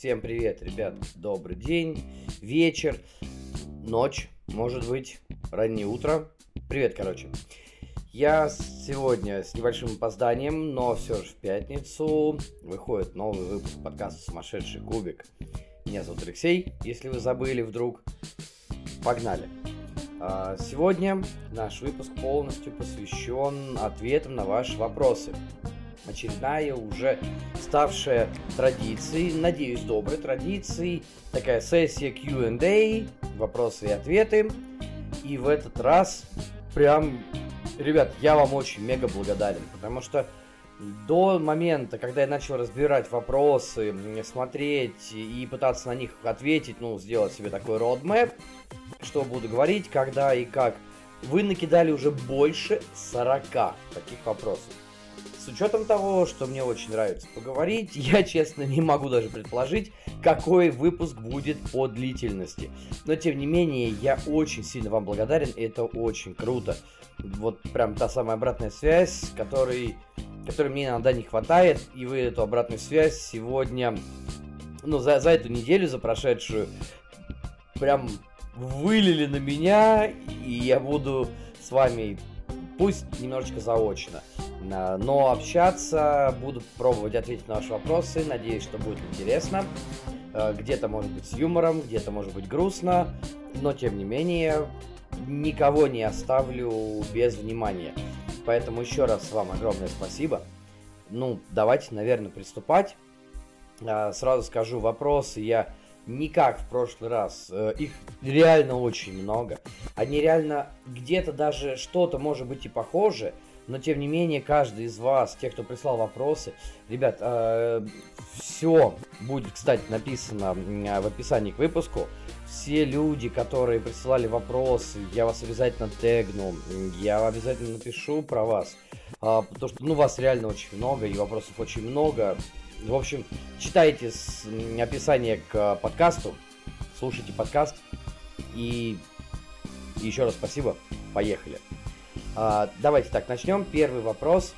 Всем привет, ребят, добрый день, вечер, ночь, может быть, раннее утро. Привет, короче. Я сегодня с небольшим опозданием, но все же в пятницу выходит новый выпуск подкаста «Сумасшедший кубик». Меня зовут Алексей, если вы забыли вдруг. Погнали. Сегодня наш выпуск полностью посвящен ответам на ваши вопросы. Очередная, уже ставшая традицией, надеюсь, доброй традицией, такая сессия Q&A, вопросы и ответы. И в этот раз прям, ребят, я вам очень мега благодарен, потому что до момента, когда я начал разбирать вопросы, смотреть и пытаться на них ответить, сделать себе такой roadmap, что буду говорить, когда и как, вы накидали уже больше 40 таких вопросов. С учетом того, что мне очень нравится поговорить, я, честно, не могу даже предположить, какой выпуск будет по длительности. Но, тем не менее, я очень сильно вам благодарен, и это очень круто. Вот прям та самая обратная связь, которой мне иногда не хватает, и вы эту обратную связь сегодня, за эту неделю, за прошедшую, прям вылили на меня, и я буду с вами, пусть немножечко заочно, но общаться, буду пробовать ответить на ваши вопросы, надеюсь, что будет интересно, где-то может быть с юмором, где-то может быть грустно, но тем не менее, никого не оставлю без внимания. Поэтому еще раз вам огромное спасибо. Давайте, наверное, приступать. Сразу скажу, вопросы я не как в прошлый раз. Их реально очень много. Они реально где-то даже что-то может быть и похоже, но тем не менее каждый из вас, тех, кто прислал вопросы, ребят, все будет, кстати, написано в описании к выпуску. Все люди, которые присылали вопросы, я вас обязательно тегну, я обязательно напишу про вас, потому что, вас реально очень много, и вопросов очень много. В общем, читайте описание к подкасту, слушайте подкаст, и еще раз спасибо, поехали. Давайте так, начнем. Первый вопрос,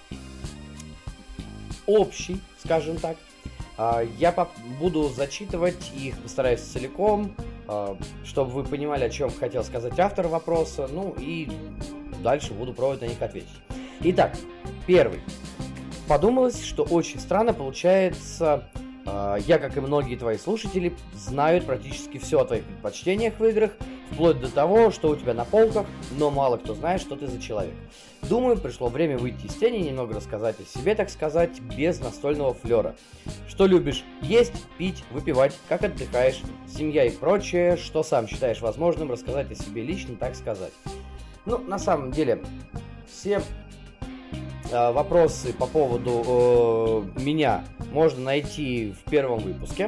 общий, скажем так. Я буду зачитывать их, постараюсь целиком, чтобы вы понимали, о чем хотел сказать автор вопроса, и дальше буду пробовать на них ответить. Итак, первый. Подумалось, что очень странно получается, я, как и многие твои слушатели, знают практически все о твоих предпочтениях в играх, вплоть до того, что у тебя на полках, но мало кто знает, что ты за человек. Думаю, пришло время выйти из тени и немного рассказать о себе, так сказать, без настольного флера. Что любишь есть, пить, выпивать, как отдыхаешь, семья и прочее, что сам считаешь возможным рассказать о себе лично, так сказать. На самом деле, все вопросы по поводу меня можно найти в первом выпуске.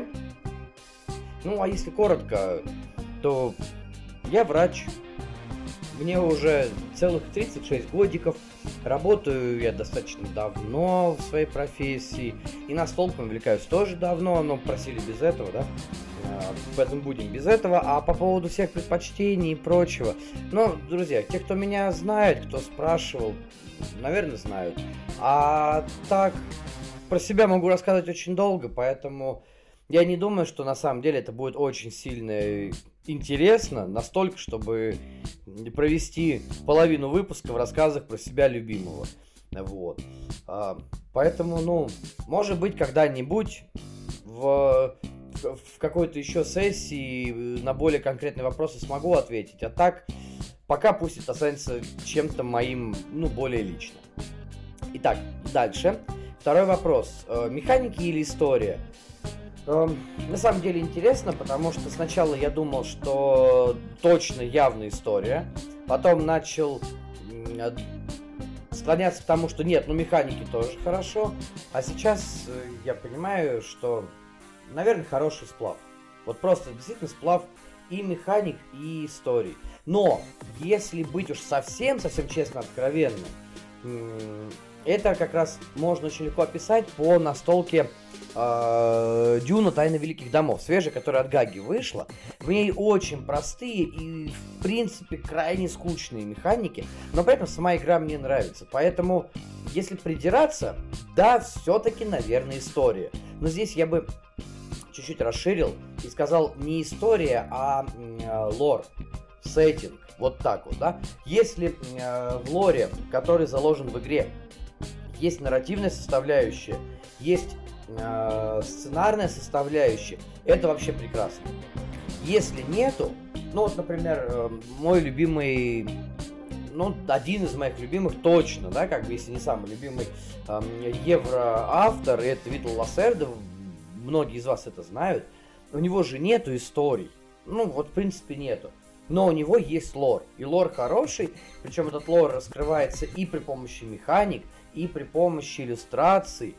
А если коротко, то я врач. Мне уже целых 36 годиков. Работаю я достаточно давно в своей профессии. И настолком увлекаюсь тоже давно, но просили без этого, да? Поэтому будем без этого. А по поводу всех предпочтений и прочего. Друзья, те, кто меня знает, кто спрашивал, наверное, знают. А так, про себя могу рассказывать очень долго, поэтому я не думаю, что на самом деле это будет очень сильно интересно, настолько, чтобы провести половину выпуска в рассказах про себя любимого. Вот. Поэтому, может быть, когда-нибудь в какой-то еще сессии на более конкретные вопросы смогу ответить. А так, пока пусть это останется чем-то моим, более личным. Итак, дальше. Второй вопрос. Механики или история? На самом деле интересно, потому что сначала я думал, что точно явно история. Потом начал склоняться к тому, что нет, механики тоже хорошо. А сейчас я понимаю, что, наверное, хороший сплав. Вот просто действительно сплав и механик, и истории. Но, если быть уж совсем честно, откровенным, это как раз можно очень легко описать по настолке Дюна Тайна Великих Домов, свежая, которая от Гаги вышла. В ней очень простые и, в принципе, крайне скучные механики, но при этом сама игра мне нравится. Поэтому, если придираться, да, все-таки, наверное, история. Но здесь я бы чуть-чуть расширил и сказал не история, а лор, сеттинг, вот так вот, да. Если в лоре, который заложен в игре, есть нарративная составляющая, есть сценарная составляющая, это вообще прекрасно. Если нету, ну вот, например, мой любимый, ну, один из моих любимых точно, да, как бы, если не самый любимый евроавтор, это Витал Лассерда, многие из вас это знают, у него же нету историй, ну, вот, в принципе, нету, но у него есть лор, и лор хороший, причем этот лор раскрывается и при помощи механик, и при помощи иллюстраций,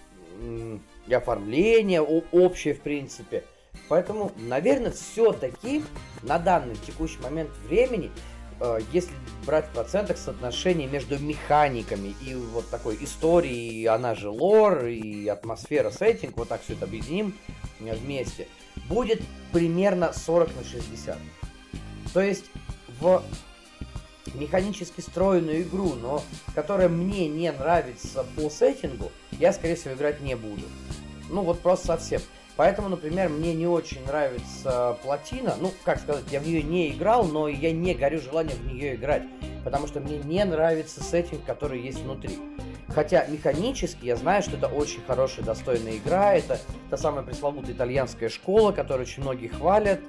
и оформления общее, в принципе. Поэтому, наверное, все-таки на данный текущий момент времени, если брать в процентах соотношение между механиками и вот такой историей, она же лор и атмосфера, сеттинг, вот так все это объединим вместе, будет примерно 40/60. То есть в механически стройную игру, но которая мне не нравится по сеттингу, я, скорее всего, играть не буду. Ну вот просто совсем. Поэтому, например, мне не очень нравится Платина. Ну, как сказать, я в нее не играл, но я не горю желанием в нее играть. Потому что мне не нравится сеттинг, который есть внутри. Хотя механически я знаю, что это очень хорошая, достойная игра. Это та самая пресловутая итальянская школа, которую очень многие хвалят.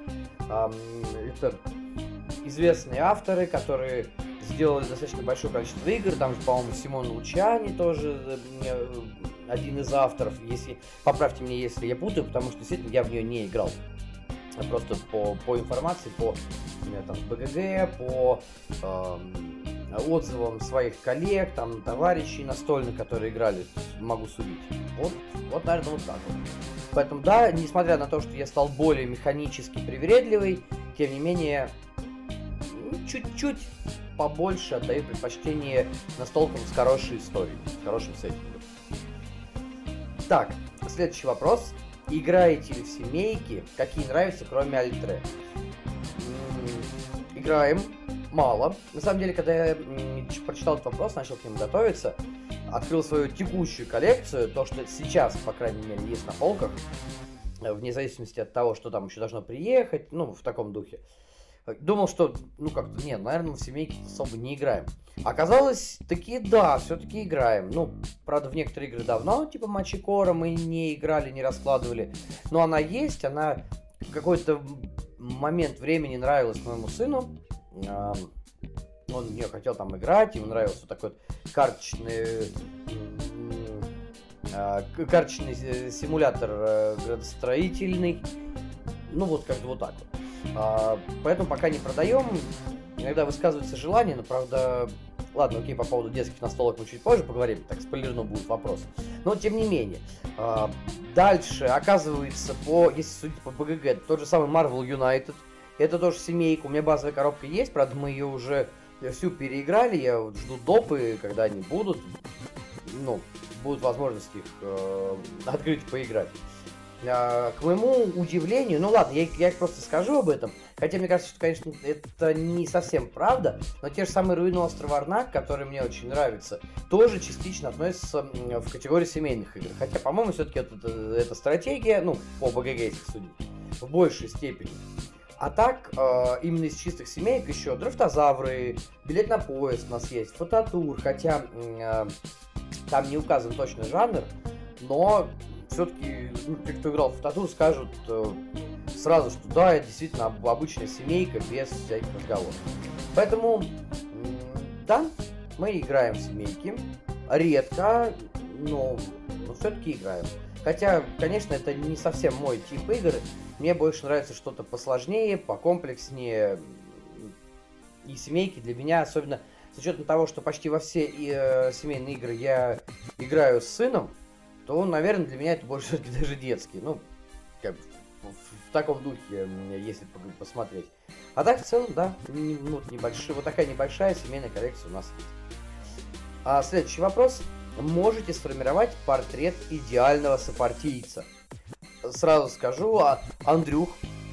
Это известные авторы, которые сделали достаточно большое количество игр. Там же, по-моему, Симон Лучани тоже один из авторов. Если поправьте меня, если я путаю, потому что действительно я в нее не играл. Просто по информации, по там, БГГ, по отзывам своих коллег, там, товарищей настольных, которые играли, могу судить. Вот, наверное, вот так вот. Поэтому, да, несмотря на то, что я стал более механически привередливый, тем не менее, чуть-чуть побольше отдаю предпочтение настолкам с хорошей историей, с хорошим сеттингом. Так, следующий вопрос. Играете ли в семейки? Какие нравятся, кроме Альтре? Играем. Мало. На самом деле, когда я прочитал этот вопрос, начал к нему готовиться, открыл свою текущую коллекцию, то, что сейчас, по крайней мере, есть на полках, вне зависимости от того, что там еще должно приехать, ну, в таком духе. Думал, что, ну, как-то, нет, наверное, в семейке особо не играем. Оказалось, таки, да, все-таки играем. Ну, правда, в некоторые игры давно, типа Мачикора, мы не играли, не раскладывали. Но она есть, она в какой-то момент времени нравилась моему сыну. Он в нее хотел там играть, ему нравился вот такой вот карточный симулятор градостроительный. Ну, вот как-то вот так вот. Поэтому пока не продаем. Иногда высказывается желание, но, правда... Ладно, окей, по поводу детских настолок мы чуть позже поговорим, так спойлерно будет вопрос. Но, тем не менее. Дальше, оказывается, если судить по БГГ, тот же самый Marvel United. Это тоже семейка, у меня базовая коробка есть, правда, мы ее уже всю переиграли, я вот жду допы, когда они будут. Ну, будет возможность их открыть и поиграть. К моему удивлению, ну ладно, я их просто скажу об этом, хотя мне кажется, что, конечно, это не совсем правда, но те же самые Руины острова Арнак, которые мне очень нравятся, тоже частично относятся в категорию семейных игр. Хотя, по-моему, все-таки это стратегия, ну, по БГГ, если судить, в большей степени. А так, именно из чистых семейок еще Дрифтозавры, Билет на поезд у нас есть, Фототур, хотя там не указан точный жанр, но все-таки, ну, те, кто играл в Фототур, скажут сразу, что да, это действительно обычная семейка без всяких разговоров. Поэтому, да, мы играем в семейки, редко, но все-таки играем. Хотя, конечно, это не совсем мой тип игр. Мне больше нравится что-то посложнее, покомплекснее. И семейки для меня, особенно с учетом того, что почти во все семейные игры я играю с сыном, то, наверное, для меня это больше все-таки даже детские. Ну, как бы в таком духе, если посмотреть. А так, в целом, да, небольшие, вот такая небольшая семейная коллекция у нас есть. Следующий вопрос. Можете сформировать портрет идеального сопартийца? Сразу скажу, Андрюх,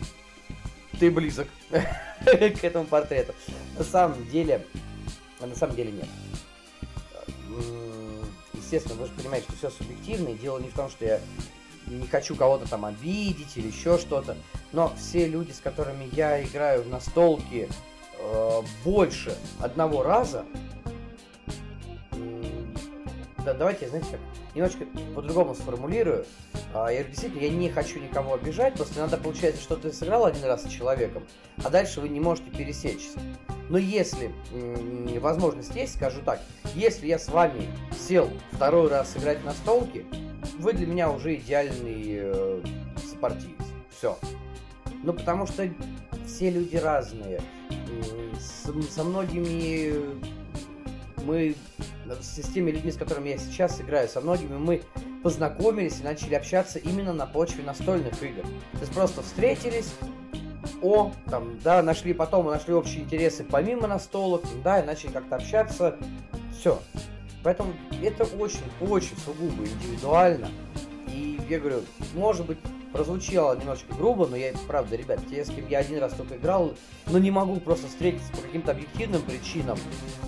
ты близок к этому портрету. На самом деле нет. Естественно, вы же понимаете, что все субъективно, и дело не в том, что я не хочу кого-то там обидеть или еще что-то, но все люди, с которыми я играю в настолки больше одного раза, да, давайте, знаете как, немножечко по-другому сформулирую. Я действительно, я не хочу никого обижать, просто иногда получается, что ты сыграл один раз с человеком, а дальше вы не можете пересечься. Но если возможность есть, скажу так, если я с вами сел второй раз играть в настолки, вы для меня уже идеальный сопартиец. Все. Ну, потому что все люди разные. Со многими мы, с теми людьми, с которыми я сейчас играю, со многими мы познакомились и начали общаться именно на почве настольных игр. То есть просто встретились, нашли общие интересы помимо настолок, да, и начали как-то общаться, все. Поэтому это очень сугубо индивидуально. И я говорю, может быть, прозвучало немножечко грубо, но я, правда, ребят, те, с кем я один раз только играл, но не могу просто встретиться по каким-то объективным причинам,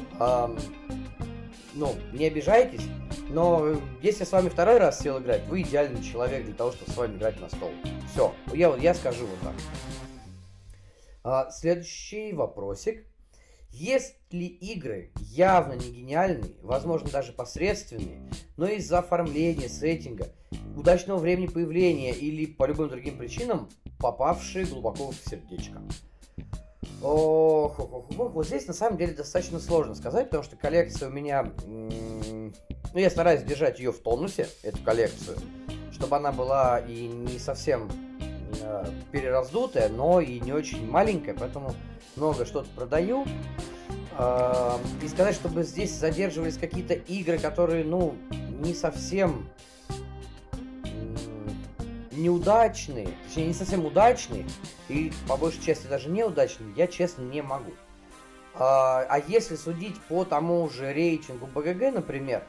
не обижайтесь, но если я с вами второй раз сел играть, вы идеальный человек для того, чтобы с вами играть на стол. Все, я скажу вот так. Следующий вопросик. Есть ли игры явно не гениальные, возможно даже посредственные, но из-за оформления, сеттинга, удачного времени появления или по любым другим причинам попавшие глубоко в сердечко? Вот здесь на самом деле достаточно сложно сказать, потому что коллекция у меня... я стараюсь держать ее в тонусе, эту коллекцию, чтобы она была и не совсем перераздутая, но и не очень маленькая, поэтому много что-то продаю. И сказать, чтобы здесь задерживались какие-то игры, которые, не совсем неудачные, точнее, не совсем удачные, и по большей части даже неудачные, я честно не могу. А если судить по тому же рейтингу БГГ, например,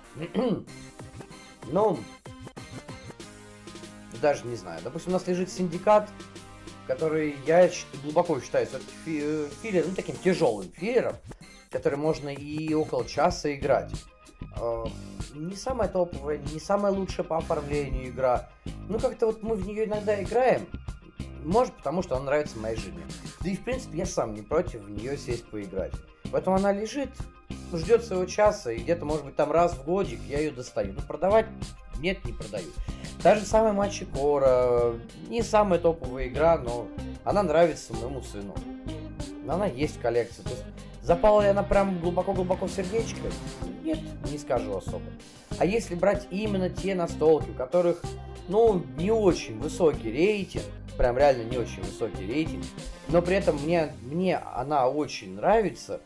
даже не знаю, допустим, у нас лежит Синдикат, который я глубоко считаю филлером, таким тяжелым филлером, который можно и около часа играть. Не самая топовая, не самая лучшая по оформлению игра. Как-то вот мы в нее иногда играем, может потому, что она нравится моей жене. Да и в принципе я сам не против в нее сесть поиграть. Поэтому она лежит, ждет своего часа, и где-то, может быть, там раз в годик я ее достаю. Продавать? Нет, не продаю. Та же самая Мачикора, не самая топовая игра, но она нравится моему сыну. Она есть в коллекции. То есть запала ли она прям глубоко-глубоко в сердечко? Нет, не скажу особо. А если брать именно те настолки, у которых, не очень высокий рейтинг, прям реально не очень высокий рейтинг, но при этом мне она очень нравится,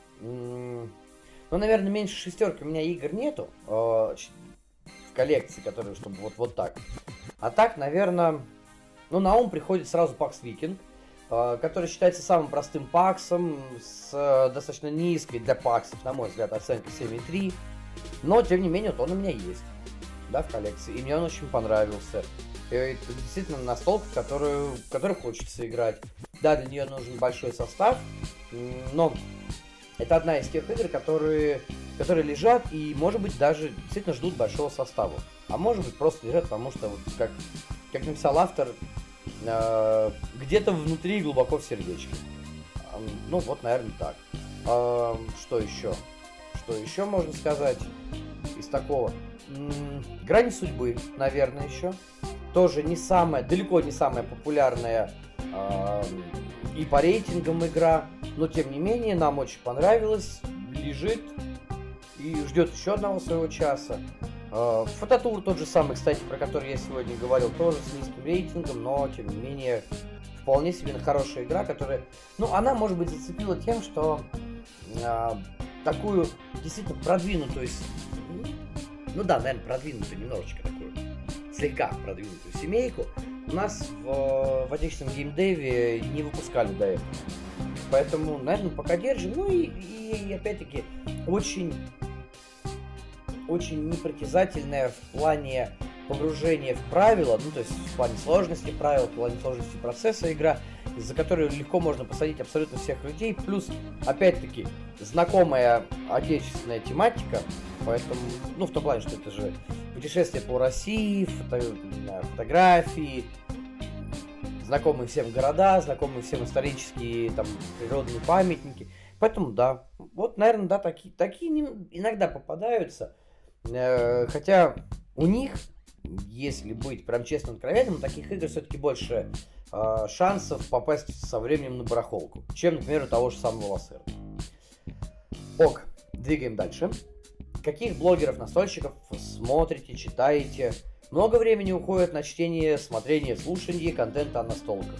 наверное, меньше шестерки у меня игр нету в коллекции, которые, чтобы вот так. А так, наверное, на ум приходит сразу Pax Viking, который считается самым простым паксом, с достаточно низкой для паксов, на мой взгляд, оценкой 7,3. Но, тем не менее, он у меня есть, да, в коллекции. И мне он очень понравился. И это действительно настолка, в которую хочется играть. Да, для нее нужен большой состав, но это одна из тех игр, которые лежат и, может быть, даже действительно ждут большого состава. А может быть, просто лежат, потому что, как написал автор, где-то внутри, глубоко в сердечке. Наверное, так. Что еще? Что еще можно сказать из такого? Грани судьбы, наверное, еще. Тоже далеко не самая популярная и по рейтингам игра, но тем не менее нам очень понравилось, лежит и ждет еще одного своего часа. Фототур тот же самый, кстати, про который я сегодня говорил, тоже с низким рейтингом, но тем не менее вполне себе хорошая игра, которая, она, может быть, зацепила тем, что такую действительно продвинутую, наверное, продвинутую немножечко такую, слегка продвинутую семейку у нас в отечественном геймдеве не выпускали до этого. Поэтому, наверное, пока держим. И опять-таки очень непритязательная в плане погружения в правила, то есть в плане сложности правил, в плане сложности процесса игра, за которую легко можно посадить абсолютно всех людей, плюс, опять-таки, знакомая отечественная тематика, поэтому, в том плане, что это же путешествия по России, фотографии, знакомые всем города, знакомые всем исторические, там, природные памятники. Поэтому, да, вот, наверное, да, такие иногда попадаются. Хотя у них, если быть прям честно откровенным, у таких игр все-таки больше шансов попасть со временем на барахолку, чем, например, у того же самого Лассера. Ок, двигаем дальше. Каких блогеров-настольщиков смотрите, читаете? Много времени уходит на чтение, смотрение, слушание контента о настолках.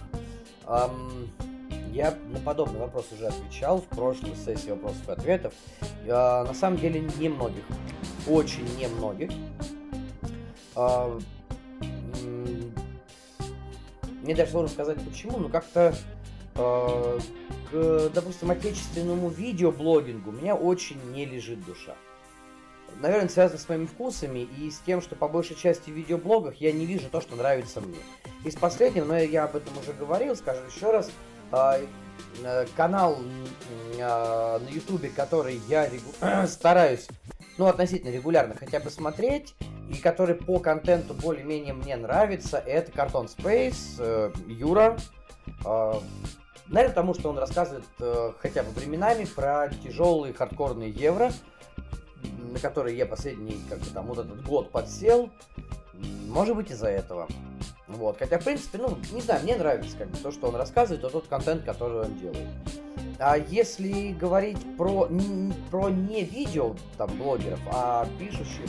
Я на подобный вопрос уже отвечал в прошлой сессии вопросов и ответов. На самом деле немногих, очень немногих. Мне даже сложно сказать почему, но как-то к, допустим, отечественному видеоблогингу у меня очень не лежит душа. Наверное, связано с моими вкусами и с тем, что по большей части в видеоблогах я не вижу то, что нравится мне. Из последнего, но я об этом уже говорил, скажу еще раз, канал на ютубе, который я стараюсь, относительно регулярно хотя бы смотреть, и который по контенту более-менее мне нравится, это Cartoon Space, Юра. Наверное, потому что он рассказывает хотя бы временами про тяжелые хардкорные евро, на которые я последний, вот этот год подсел. Может быть, из-за этого. Вот. Хотя, в принципе, не знаю, мне нравится то, что он рассказывает, тот контент, который он делает. А если говорить про не видео блогеров, а пишущих,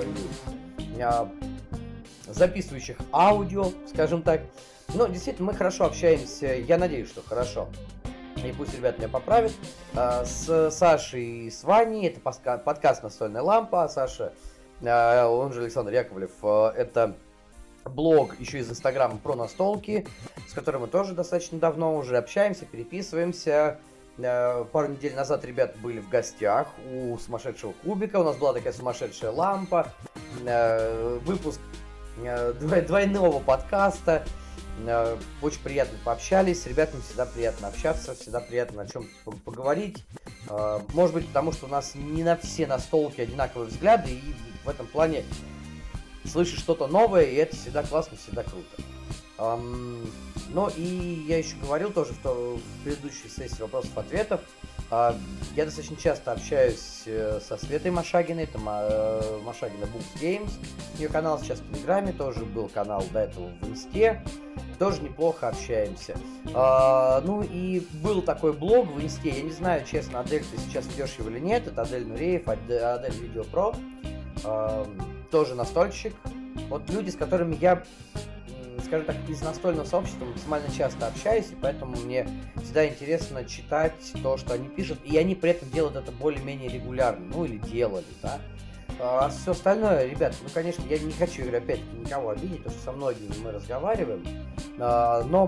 записывающих аудио, скажем так, действительно, мы хорошо общаемся, я надеюсь, что хорошо. И пусть ребята меня поправят. С Сашей и с Ваней, это подкаст «Настольная лампа». Саша, он же Александр Яковлев, это блог еще из Инстаграма про настолки, с которым мы тоже достаточно давно уже общаемся, переписываемся. Пару недель назад ребята были в гостях у сумасшедшего Кубика, у нас была такая сумасшедшая лампа, выпуск двойного подкаста. Очень приятно пообщались, с ребятами всегда приятно общаться, всегда приятно о чем поговорить. Может быть, потому что у нас не на все настолки одинаковые взгляды, и в этом плане слышишь что-то новое, и это всегда классно, всегда круто. И я еще говорил тоже в предыдущей сессии вопросов-ответов. Я достаточно часто общаюсь со Светой Машагиной, это Машагина Books Games. Ее канал сейчас в Телеграме, тоже был канал до этого в Инсте. Тоже неплохо общаемся. И был такой блог в Инсте, я не знаю, честно, Адель, ты сейчас ведешь его или нет, это Адель Нуреев, Адель Видео Про, тоже настольщик. Вот люди, с которыми я, скажем так, из настольного сообщества максимально часто общаюсь, и поэтому мне всегда интересно читать то, что они пишут, и они при этом делают это более-менее регулярно, или делали, да. А все остальное, ребят, конечно, я не хочу, опять-таки, никого обидеть, потому что со многими мы разговариваем, но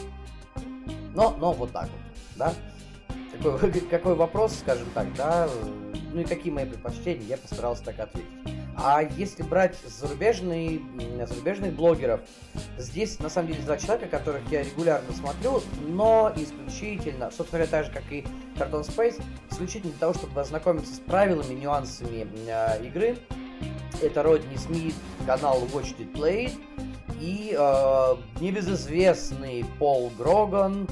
вот так вот, да. Какой вопрос, скажем так, да, и какие мои предпочтения, я постарался так ответить. А если брать зарубежных блогеров, здесь на самом деле два человека, которых я регулярно смотрю, но исключительно, собственно говоря, так же, как и Cartoon Space, исключительно для того, чтобы ознакомиться с правилами, нюансами игры. Это Родни Смит, канал Watch It Play, и небезызвестный Пол Гроган,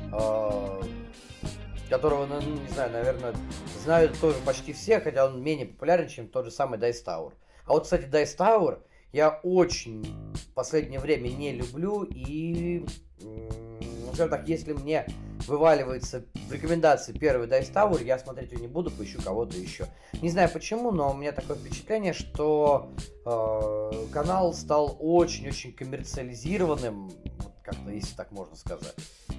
которого, не знаю, наверное, знают тоже почти все, хотя он менее популярен, чем тот же самый Dice Tower. А вот, кстати, Dice Tower я очень в последнее время не люблю, и, скажем так, если мне вываливается в рекомендации первый Dice Tower, я смотреть его не буду, поищу кого-то еще. Не знаю почему, но у меня такое впечатление, что канал стал очень-очень коммерциализированным, как-то, если так можно сказать.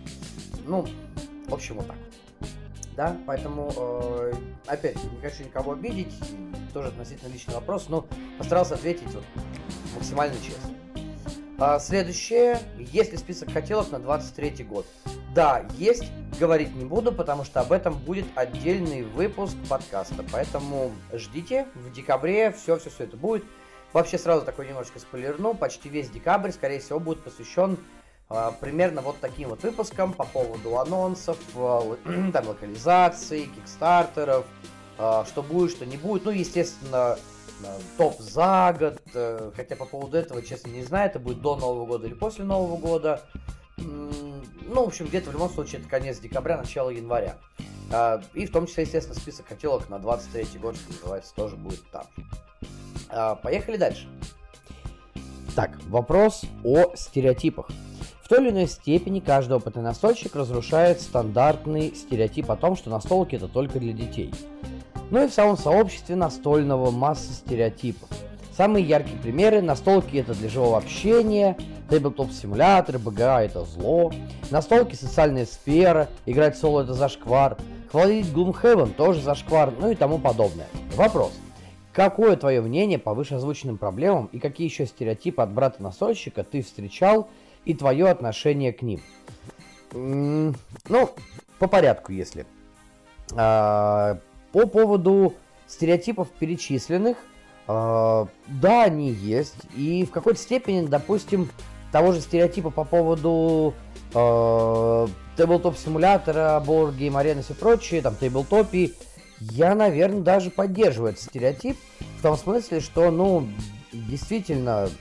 В общем, вот так. Да, поэтому, опять, не хочу никого обидеть, тоже относительно личный вопрос, но постарался ответить максимально честно. Следующее, есть ли список хотелок на 23 год? Да, есть, говорить не буду, потому что об этом будет отдельный выпуск подкаста, поэтому ждите, в декабре все это будет. Вообще сразу такой немножечко спойлерну, почти весь декабрь, скорее всего, будет посвящен примерно вот таким вот выпуском по поводу анонсов, локализаций, кикстартеров, что будет, что не будет. Естественно, топ за год, хотя по поводу этого, честно, не знаю, это будет до Нового года или после Нового года. Ну, в общем, где-то в любом случае это конец декабря, начало января. И в том числе, естественно, список хотелок на 23-й год, что называется, тоже будет там. Поехали дальше. Так, вопрос о стереотипах. В той или иной степени каждый опытный настольщик разрушает стандартный стереотип о том, что настолки это только для детей. Ну и в самом сообществе настольного масса стереотипов. Самые яркие примеры: настолки это для живого общения, тейблтоп-симуляторы, БГА это зло, настолки социальная сфера, играть в соло это зашквар, хвалить Gloomhaven тоже зашквар, ну и тому подобное. Вопрос. Какое твое мнение по вышеозвученным проблемам и какие еще стереотипы от брата-настольщика ты встречал и твое отношение к ним? Ну, по порядку, если. По поводу стереотипов перечисленных, да, они есть. И в какой-то степени, допустим, того же стереотипа по поводу тейблтоп-симулятора, Board Game Arena и все прочее, там, тейблтопии, я, наверное, даже поддерживаю этот стереотип, в том смысле, что, ну, действительно,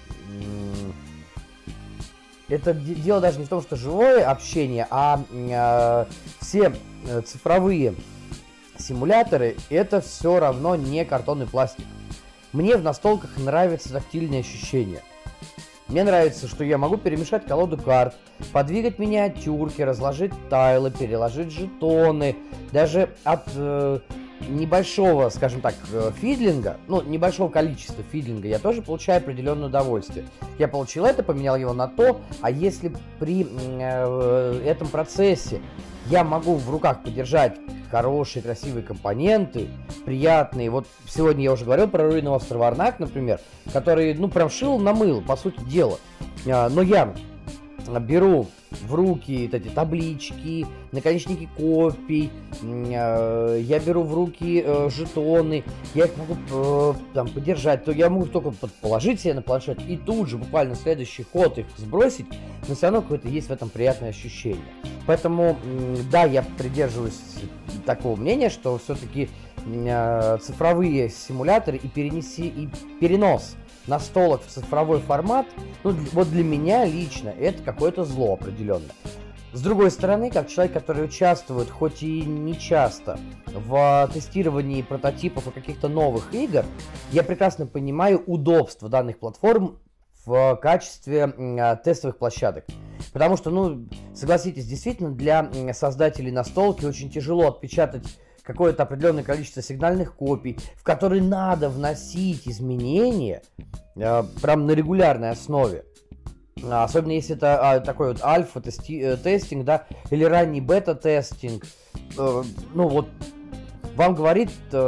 это дело даже не в том, что живое общение, а все цифровые симуляторы это все равно не картонный пластик. Мне в настолках нравятся тактильные ощущения. Мне нравится, что я могу перемешать колоду карт, подвигать миниатюрки, разложить тайлы, переложить жетоны. Даже от небольшого, скажем так, фидлинга, ну, небольшого количества фидлинга я тоже получаю определенное удовольствие. Я получил это, поменял его на то, а если при этом процессе я могу в руках подержать хорошие, красивые компоненты, приятные. Вот сегодня я уже говорил про Ruin of Astravarnak, например, который, ну, прям шил на мыло, по сути дела. Но я беру в руки эти таблички, наконечники копий, я беру в руки жетоны, я их могу там подержать, то я могу только положить себе на планшет и тут же, буквально следующий ход их сбросить, но все равно какое-то есть в этом приятное ощущение. Поэтому, да, я придерживаюсь такого мнения, что все-таки цифровые симуляторы и перенос настолок в цифровой формат, ну, вот для меня лично это какое-то зло определенно. С другой стороны, как человек, который участвует, хоть и не часто, в тестировании прототипов и каких-то новых игр, я прекрасно понимаю удобство данных платформ в качестве тестовых площадок. Потому что, ну, согласитесь, действительно, для создателей настолки очень тяжело отпечатать какое-то определенное количество сигнальных копий, в которые надо вносить изменения прям на регулярной основе. Особенно если это такой вот альфа-тестинг, да, или ранний бета-тестинг. Ну вот, вам говорит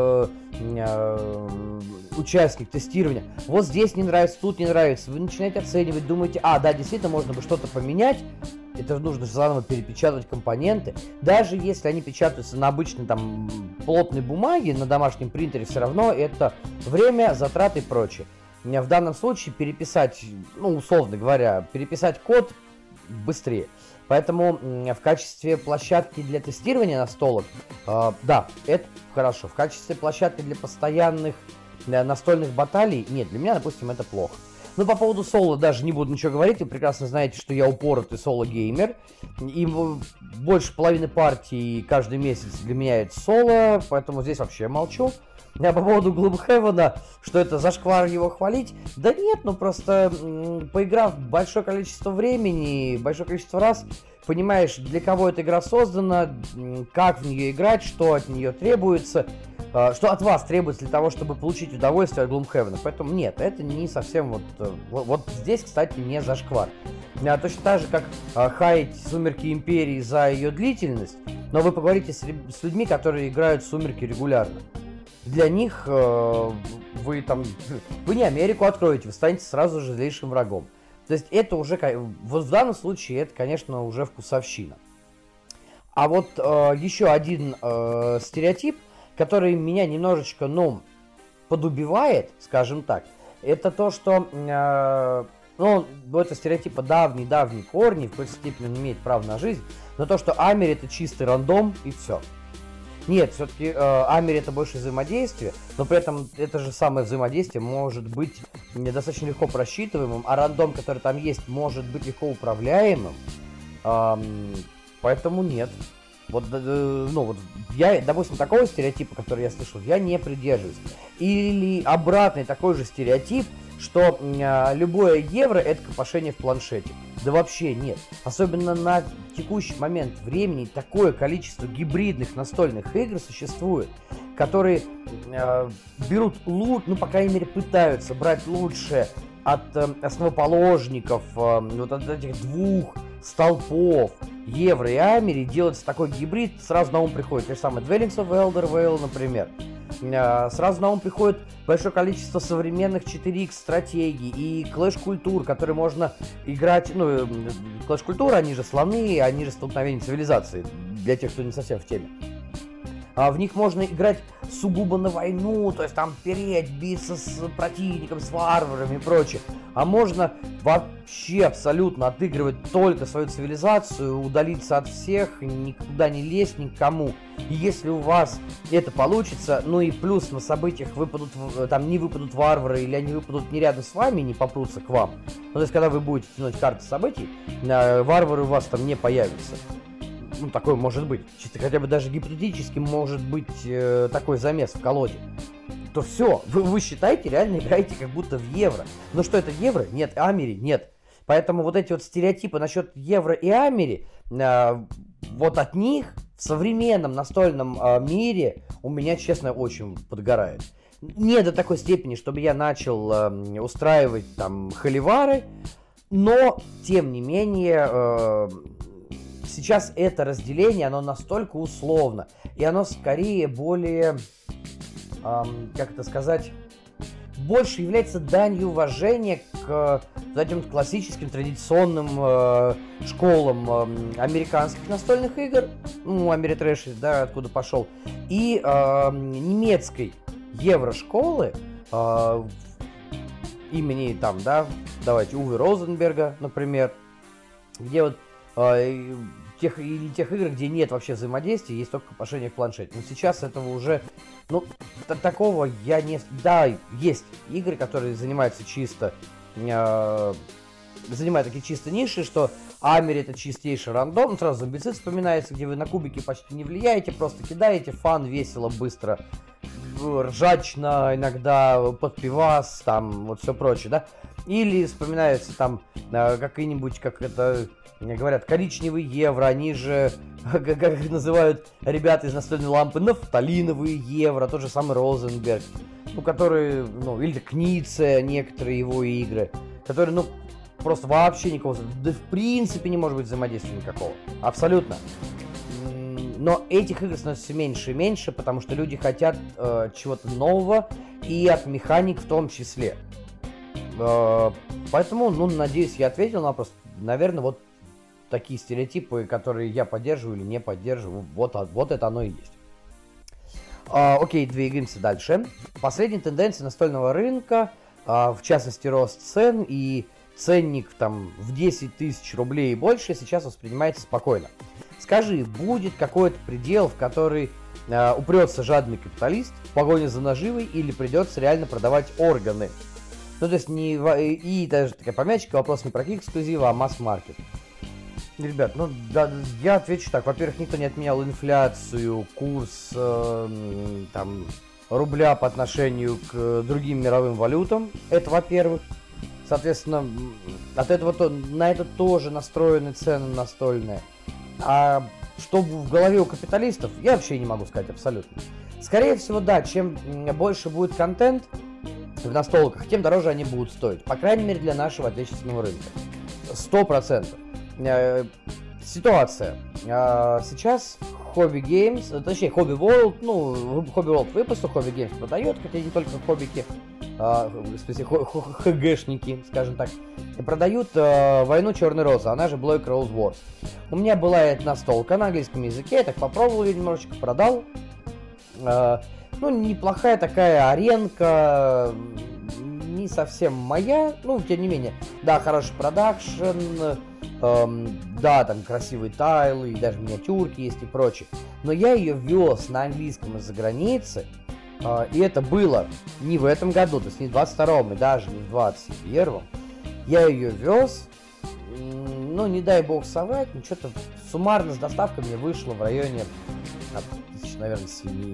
участник тестирования: вот здесь не нравится, тут не нравится. Вы начинаете оценивать, думаете, да, действительно, можно бы что-то поменять. Это нужно заново перепечатывать компоненты. Даже если они печатаются на обычной там плотной бумаге, на домашнем принтере, все равно это время, затраты и прочее. В данном случае переписать, ну, условно говоря, переписать код быстрее. Поэтому в качестве площадки для тестирования настолок, да, это хорошо. В качестве площадки для постоянных настольных баталий, нет, для меня, допустим, это плохо. Но по поводу соло даже не буду ничего говорить. Вы прекрасно знаете, что я упоротый соло-геймер. И больше половины партий каждый месяц для меня это соло, поэтому здесь вообще молчу. А по поводу Gloomhaven, что это зашквар его хвалить? Да нет, ну просто поиграв большое количество времени, большое количество раз, понимаешь, для кого эта игра создана, как в нее играть, что от нее требуется, что от вас требуется для того, чтобы получить удовольствие от Gloomhaven. Поэтому нет, это не совсем вот здесь, кстати, не зашквар. Точно так же, как хаять Сумерки Империи за ее длительность, но вы поговорите с людьми, которые играют в Сумерки регулярно. Для них вы не Америку откроете, вы станете сразу же злейшим врагом. То есть это уже, вот в данном случае, это, конечно, уже вкусовщина. А вот еще один стереотип, который меня немножечко, подубивает, скажем так, это то, что, это стереотипа давние корни, в какой-то степени он имеет право на жизнь, но то, что Амери это чистый рандом и все. Нет, все-таки Амери это больше взаимодействие, но при этом это же самое взаимодействие может быть достаточно легко просчитываемым, а рандом, который там есть, может быть легко управляемым. Поэтому нет. Вот, вот я, допустим, такого стереотипа, который я слышал, я не придерживаюсь. Или обратный такой же стереотип, что любое евро это копошение в планшете. Да вообще нет. Особенно на текущий момент времени такое количество гибридных настольных игр существует, которые берут ну, по крайней мере, пытаются брать лучшее от основоположников вот от этих двух столпов евро и Амери, делается такой гибрид, сразу на ум приходит те же самые Dwellings of Eldervale, например. Сразу на ум приходит большое количество современных 4X стратегий и клэш-культур, которые можно играть, ну, клэш-культуры, они же слоны, они же столкновение цивилизации, для тех, кто не совсем в теме. В них можно играть сугубо на войну, то есть там переть, биться с противником, с варварами и прочее. А можно вообще абсолютно отыгрывать только свою цивилизацию, удалиться от всех, никуда не лезть никому. И если у вас это получится, ну и плюс на событиях не выпадут варвары, или они выпадут не рядом с вами, не попрутся к вам. Ну, то есть, когда вы будете тянуть карты событий, варвары у вас там не появятся. Ну, такое может быть. Чисто хотя бы даже гипотетически может быть такой замес в колоде. То все, вы считаете, реально играете как будто в евро. Но что это евро? Нет, Амери? Нет. Поэтому вот эти вот стереотипы насчет евро и Амери, вот от них в современном настольном мире у меня, честно, очень подгорает. Не до такой степени, чтобы я начал устраивать там холивары, но, тем не менее... Сейчас это разделение, оно настолько условно, и оно скорее более, как это сказать, больше является данью уважения к этим классическим традиционным школам американских настольных игр, ну, Америтрэш, да, откуда пошел, и немецкой еврошколы имени там, давайте, Уве Розенберга, например, где вот тех игр, где нет вообще взаимодействия, есть только копошение в планшете. Но сейчас этого уже, такого я не... Да, есть игры, которые занимаются чисто... занимают такие чисто ниши, что Амери это чистейший рандом, сразу зомбицид вспоминается, где вы на кубики почти не влияете, просто кидаете, фан, весело, быстро, ржачно, иногда под пивас, там, вот все прочее, да. Или вспоминается там какие-нибудь, как это... Говорят, коричневый евро, они же, как их называют ребята из настольной лампы, нафталиновые евро, тот же самый Розенберг, которые, или Книце, некоторые его игры, которые, просто вообще никакого, да в принципе не может быть взаимодействия никакого, абсолютно. Но этих игр становится все меньше и меньше, потому что люди хотят чего-то нового и от механик в том числе. Поэтому, надеюсь, я ответил на вопрос. Наверное, вот такие стереотипы, которые я поддерживаю или не поддерживаю, вот это оно и есть. Окей, двигаемся дальше. Последние тенденции настольного рынка, в частности рост цен и ценник там в 10 тысяч рублей и больше сейчас воспринимается спокойно. Скажи, будет какой-то предел, в который упрется жадный капиталист в погоне за наживой, или придется реально продавать органы? То есть и даже такая помячка, вопрос не про эксклюзивы, а масс-маркет. Ребят, я отвечу так. Во-первых, никто не отменял инфляцию, курс рубля по отношению к другим мировым валютам. Это во-первых. Соответственно, от этого на это тоже настроены цены настольные. А что в голове у капиталистов, я вообще не могу сказать абсолютно. Скорее всего, да, чем больше будет контент в настолках, тем дороже они будут стоить. По крайней мере, для нашего отечественного рынка. 100%. Ситуация. Сейчас Hobby Games, точнее Hobby World, Hobby World выпустил, Hobby Games продает, хотя не только хоббики, ХГшники, скажем так, и продают Войну Черной Розы, она же Black Rose Wars. У меня была эта настолка на английском языке, я так попробовал ее немножечко, продал. Неплохая такая аренка, не совсем моя, ну, тем не менее, да, хороший продакшн, да, там красивые тайлы, и даже миниатюрки есть и прочее. Но я ее вез на английском из-за границы, и это было не в этом году, то есть не в 22-м и даже не в 21-м. Я ее вез, ну, не дай бог соврать, но что-то суммарно с доставкой мне вышло в районе, тысяч, наверное,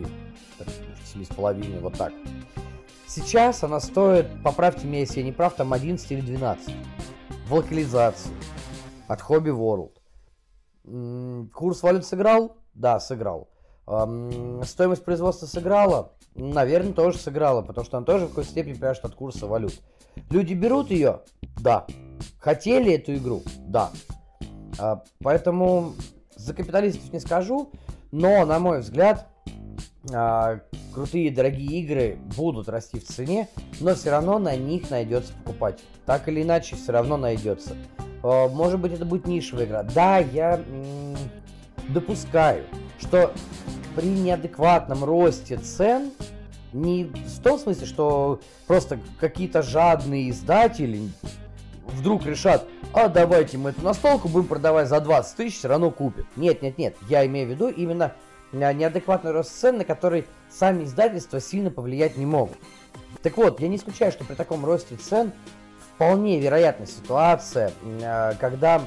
7,5, вот так. Сейчас она стоит, поправьте меня, если я не прав, там 11 или 12 в локализации от Hobby World. Курс валют сыграл? Да, сыграл. Стоимость производства сыграла? Наверное, тоже сыграла, потому что она тоже в какой-то степени пляшет от курса валют. Люди берут ее? Да. Хотели эту игру? Да. Поэтому за капиталистов не скажу, но, на мой взгляд, крутые дорогие игры будут расти в цене, но все равно на них найдется покупатель. Так или иначе, все равно найдется. Может быть, это будет нишевая игра. Да, я допускаю, что при неадекватном росте цен, не в том смысле, что просто какие-то жадные издатели вдруг решат, давайте мы эту настолку будем продавать за 20 тысяч, все равно купят. Нет, я имею в виду именно неадекватный рост цен, на который сами издательства сильно повлиять не могут. Так вот, я не исключаю, что при таком росте цен вполне вероятна ситуация, когда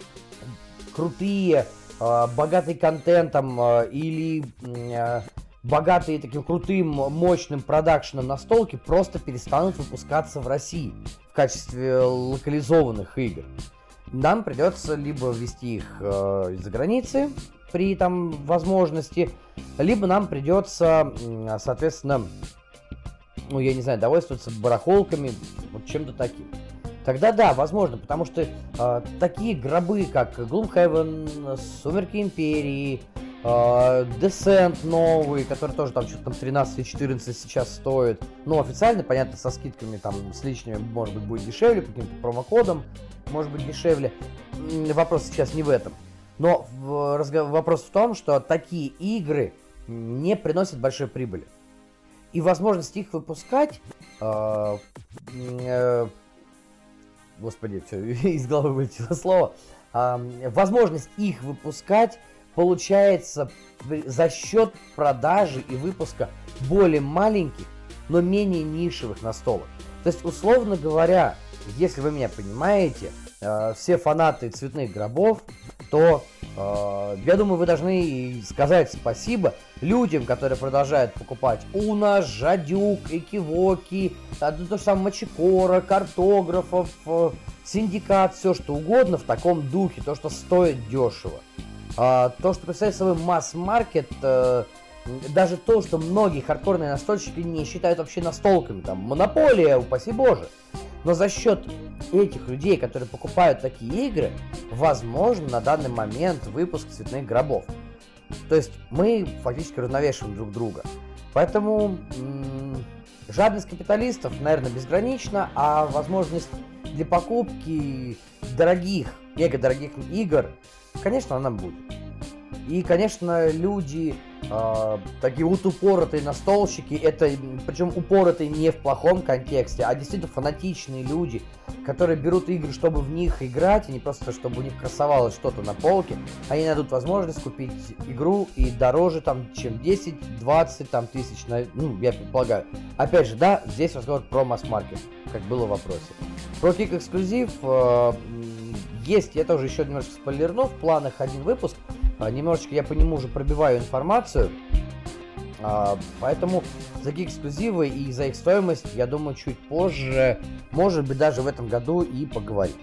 крутые, богатые контентом или богатые таким крутым, мощным продакшеном настолки просто перестанут выпускаться в России в качестве локализованных игр. Нам придется либо ввести их из-за границы при там возможности, либо нам придется, соответственно, ну, я не знаю, довольствоваться барахолками, вот чем-то таким. Тогда да, возможно, потому что такие гробы, как Gloomhaven, Сумерки Империи, Descent новый, который тоже там что-то там 13 или 14 сейчас стоит. Ну, официально, понятно, со скидками там с лишними, может быть, будет дешевле, по каким-то промокодам, может быть, дешевле. Вопрос сейчас не в этом. Но вопрос в том, что такие игры не приносят большой прибыли. И возможность их выпускать... Господи, все, из головы вылетело слово. Возможность их выпускать получается за счет продажи и выпуска более маленьких, но менее нишевых настолок. То есть, условно говоря, если вы меня понимаете, все фанаты цветных гробов, то я думаю, вы должны сказать спасибо людям, которые продолжают покупать Уна, Жадюк, Экивоки, то же самое Мачикора, картографов, Синдикат, все что угодно в таком духе, то, что стоит дешево. То, что представляет собой масс-маркет, даже то, что многие хардкорные настольщики не считают вообще настолками, там, монополия, упаси боже. Но за счет этих людей, которые покупают такие игры, возможно на данный момент выпуск цветных гробов. То есть мы фактически равновешиваем друг друга. Поэтому жадность капиталистов, наверное, безгранична, а возможность для покупки дорогих, мега дорогих игр, конечно, она будет. И, конечно, люди, такие вот упоротые настолщики, это, причем упоротые не в плохом контексте, а действительно фанатичные люди, которые берут игры, чтобы в них играть, а не просто, чтобы у них красовалось что-то на полке, они найдут возможность купить игру и дороже, там, чем 10-20 там, тысяч, ну, я предполагаю. Опять же, да, здесь разговор про масс-маркет, как было в вопросе. Про Kick эксклюзив есть, я тоже еще немножко спойлерну, в планах один выпуск. Немножечко я по нему уже пробиваю информацию, поэтому за эксклюзивы и за их стоимость, я думаю, чуть позже, может быть, даже в этом году и поговорим.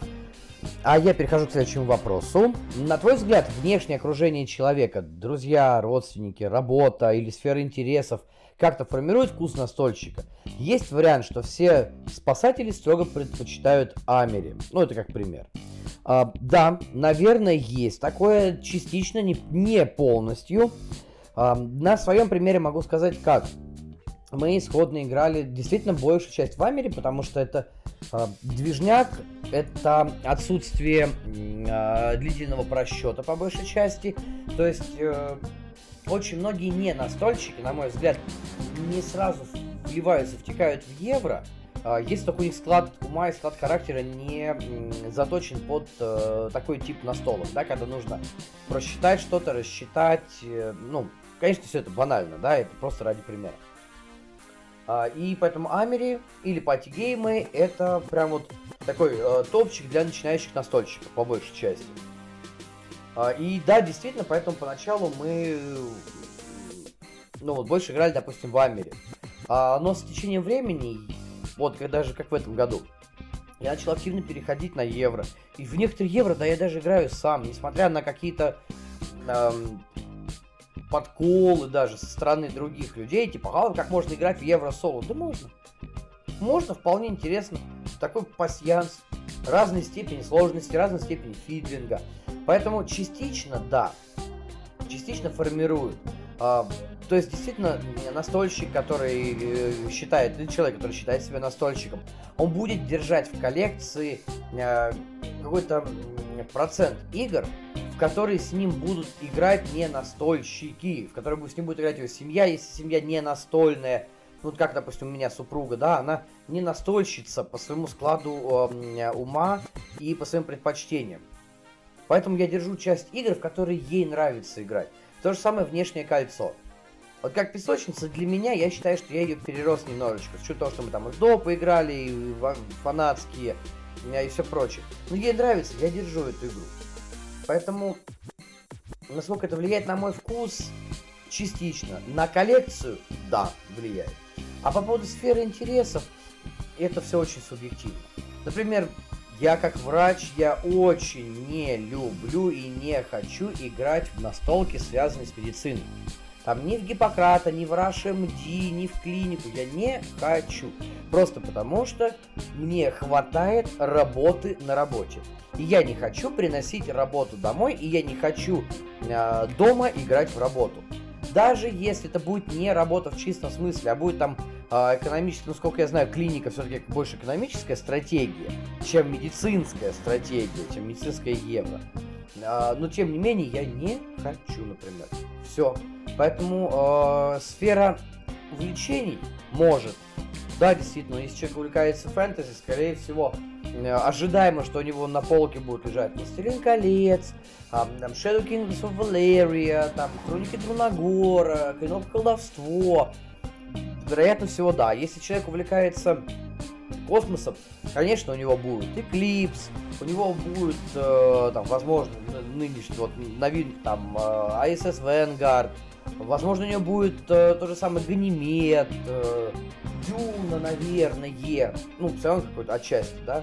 А я перехожу к следующему вопросу. На твой взгляд, внешнее окружение человека, друзья, родственники, работа или сфера интересов, как-то формирует вкус настольщика? Есть вариант, что все спасатели строго предпочитают Амери. Ну, это как пример. Да, наверное, есть такое, частично, не полностью. На своем примере могу сказать, как. Мы исходно играли действительно большую часть в Амере, потому что это движняк, это отсутствие длительного просчета по большей части. То есть очень многие не настольщики, на мой взгляд, не сразу втекают в евро, Если только у них склад ума и склад характера не заточен под такой тип настолок, да, когда нужно просчитать что-то, рассчитать, ну, конечно, все это банально, да, это просто ради примера. И поэтому Амери или пати-геймы это прям вот такой топчик для начинающих настольщиков, по большей части. И да, действительно, поэтому поначалу мы, ну, вот больше играли, допустим, в Амери. Но с течением времени, вот даже как в этом году, я начал активно переходить на евро. И в некоторые евро, да, я даже играю сам, несмотря на какие-то подколы даже со стороны других людей, типа, как можно играть в евро соло? Да можно. Можно, вполне интересно. Такой пасьянс, разной степени сложности, разной степени фидлинга. Поэтому частично, да, частично формируют. То есть, действительно, настольщик, который считает, или человек, который считает себя настольщиком, он будет держать в коллекции какой-то процент игр, в которые с ним будут играть не настольщики, в которые с ним будет играть его семья, если семья не настольная. Ну, как, допустим, у меня супруга, да, она не настольщица по своему складу ума и по своим предпочтениям. Поэтому я держу часть игр, в которые ей нравится играть. То же самое внешнее кольцо. Вот как песочница для меня, я считаю, что я ее перерос немножечко. С учетом того, что мы там и в допы играли, и фанатские, и все прочее. Но ей нравится, я держу эту игру. Поэтому, насколько это влияет на мой вкус, частично. На коллекцию, да, влияет. А по поводу сферы интересов, это все очень субъективно. Например, я как врач, я очень не люблю и не хочу играть в настолки, связанные с медициной. Там ни в Гиппократа, ни в RushMD, ни в клинику я не хочу. Просто потому, что мне хватает работы на работе. И я не хочу приносить работу домой, и я не хочу дома играть в работу. Даже если это будет не работа в чистом смысле, а будет там экономически, насколько я знаю, клиника все-таки больше экономическая стратегия, чем медицинская стратегия, чем медицинская евро. Но тем не менее я не хочу, например. Все. Поэтому сфера увлечений может. Да, действительно, если человек увлекается фэнтези, скорее всего, ожидаемо, что у него на полке будет лежать «Властелин колец», там «Shadow Kingdoms of Valeria», там «Хроники Друнагора», «Клинок и колдовство». Вероятно всего, да. Если человек увлекается космосом, конечно, у него будет Eclipse, у него будет, там, возможно, нынешний, вот, новинка, там, ISS Vanguard, возможно, у него будет то же самое Ганимед, Дюна, наверное, ну, все равно какой-то отчасти, да,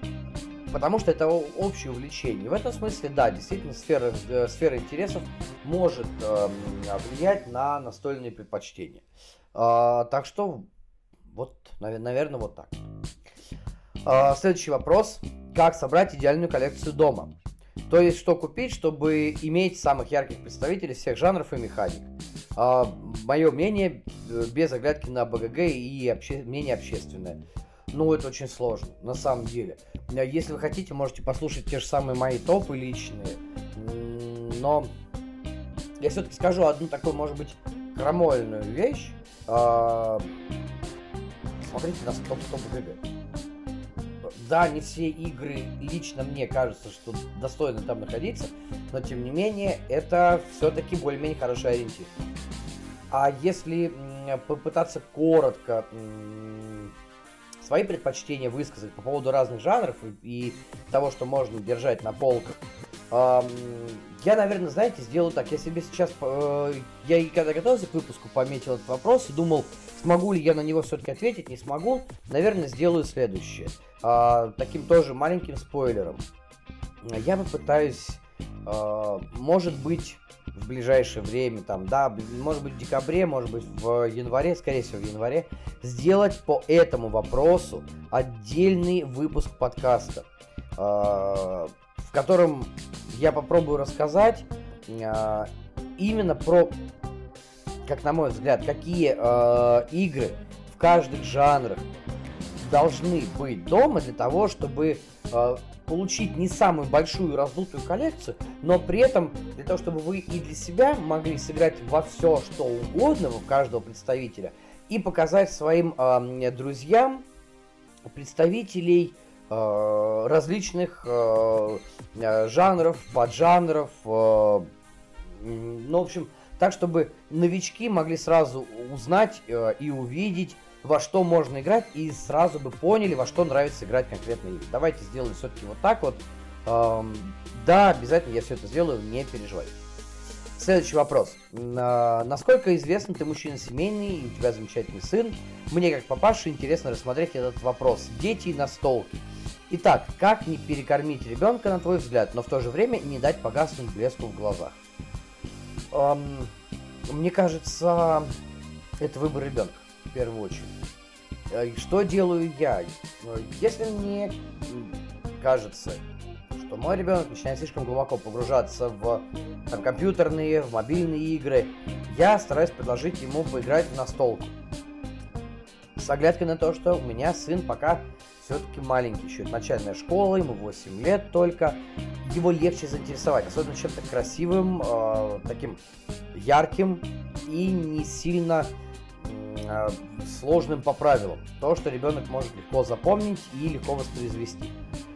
потому что это общее увлечение. В этом смысле, да, действительно, сфера интересов может влиять на настольные предпочтения. Так что, вот, наверное, вот так. Следующий вопрос. Как собрать идеальную коллекцию дома? То есть, что купить, чтобы иметь самых ярких представителей всех жанров и механик? Мое мнение, без оглядки на БГГ и мнение общественное. Ну, это очень сложно, на самом деле. Если вы хотите, можете послушать те же самые мои топы личные. Но я все-таки скажу одну такую, может быть, крамольную вещь. Смотрите на топ БГГ. Да, не все игры лично мне кажется, что достойны там находиться, но тем не менее это все-таки более-менее хороший ориентир. А если попытаться коротко свои предпочтения высказать по поводу разных жанров и того, что можно держать на полках, я, наверное, знаете, сделаю так. Я себе сейчас, я когда готовился к выпуску, пометил этот вопрос и думал, смогу ли я на него все-таки ответить, не смогу. Наверное, сделаю следующее. Таким тоже маленьким спойлером. Я попытаюсь, может быть, в ближайшее время, там, да, может быть в декабре, может быть в январе, скорее всего в январе, сделать по этому вопросу отдельный выпуск подкаста, в котором я попробую рассказать именно про, как на мой взгляд, какие игры в каждых жанрах должны быть дома для того, чтобы получить не самую большую раздутую коллекцию, но при этом для того, чтобы вы и для себя могли сыграть во все, что угодно у каждого представителя, и показать своим друзьям представителей различных жанров, поджанров, ну, в общем, так, чтобы новички могли сразу узнать и увидеть, во что можно играть, и сразу бы поняли, во что нравится играть конкретно им. Давайте сделаем все-таки вот так вот. Да, обязательно я все это сделаю, не переживай. Следующий вопрос. Насколько известно, ты мужчина семейный, и у тебя замечательный сын. Мне, как папаше, интересно рассмотреть этот вопрос. Дети и настолки. Итак, как не перекормить ребенка, на твой взгляд, но в то же время не дать погаснуть блеску в глазах? Мне кажется, это выбор ребенка, в первую очередь. Что делаю я? Если мне кажется, что мой ребенок начинает слишком глубоко погружаться в компьютерные, в мобильные игры, я стараюсь предложить ему поиграть в настолку. С оглядкой на то, что у меня сын пока все-таки маленький, еще начальная школа, ему 8 лет только. Его легче заинтересовать, особенно чем-то красивым, таким ярким и не сильно сложным по правилам. То, что ребенок может легко запомнить и легко воспроизвести.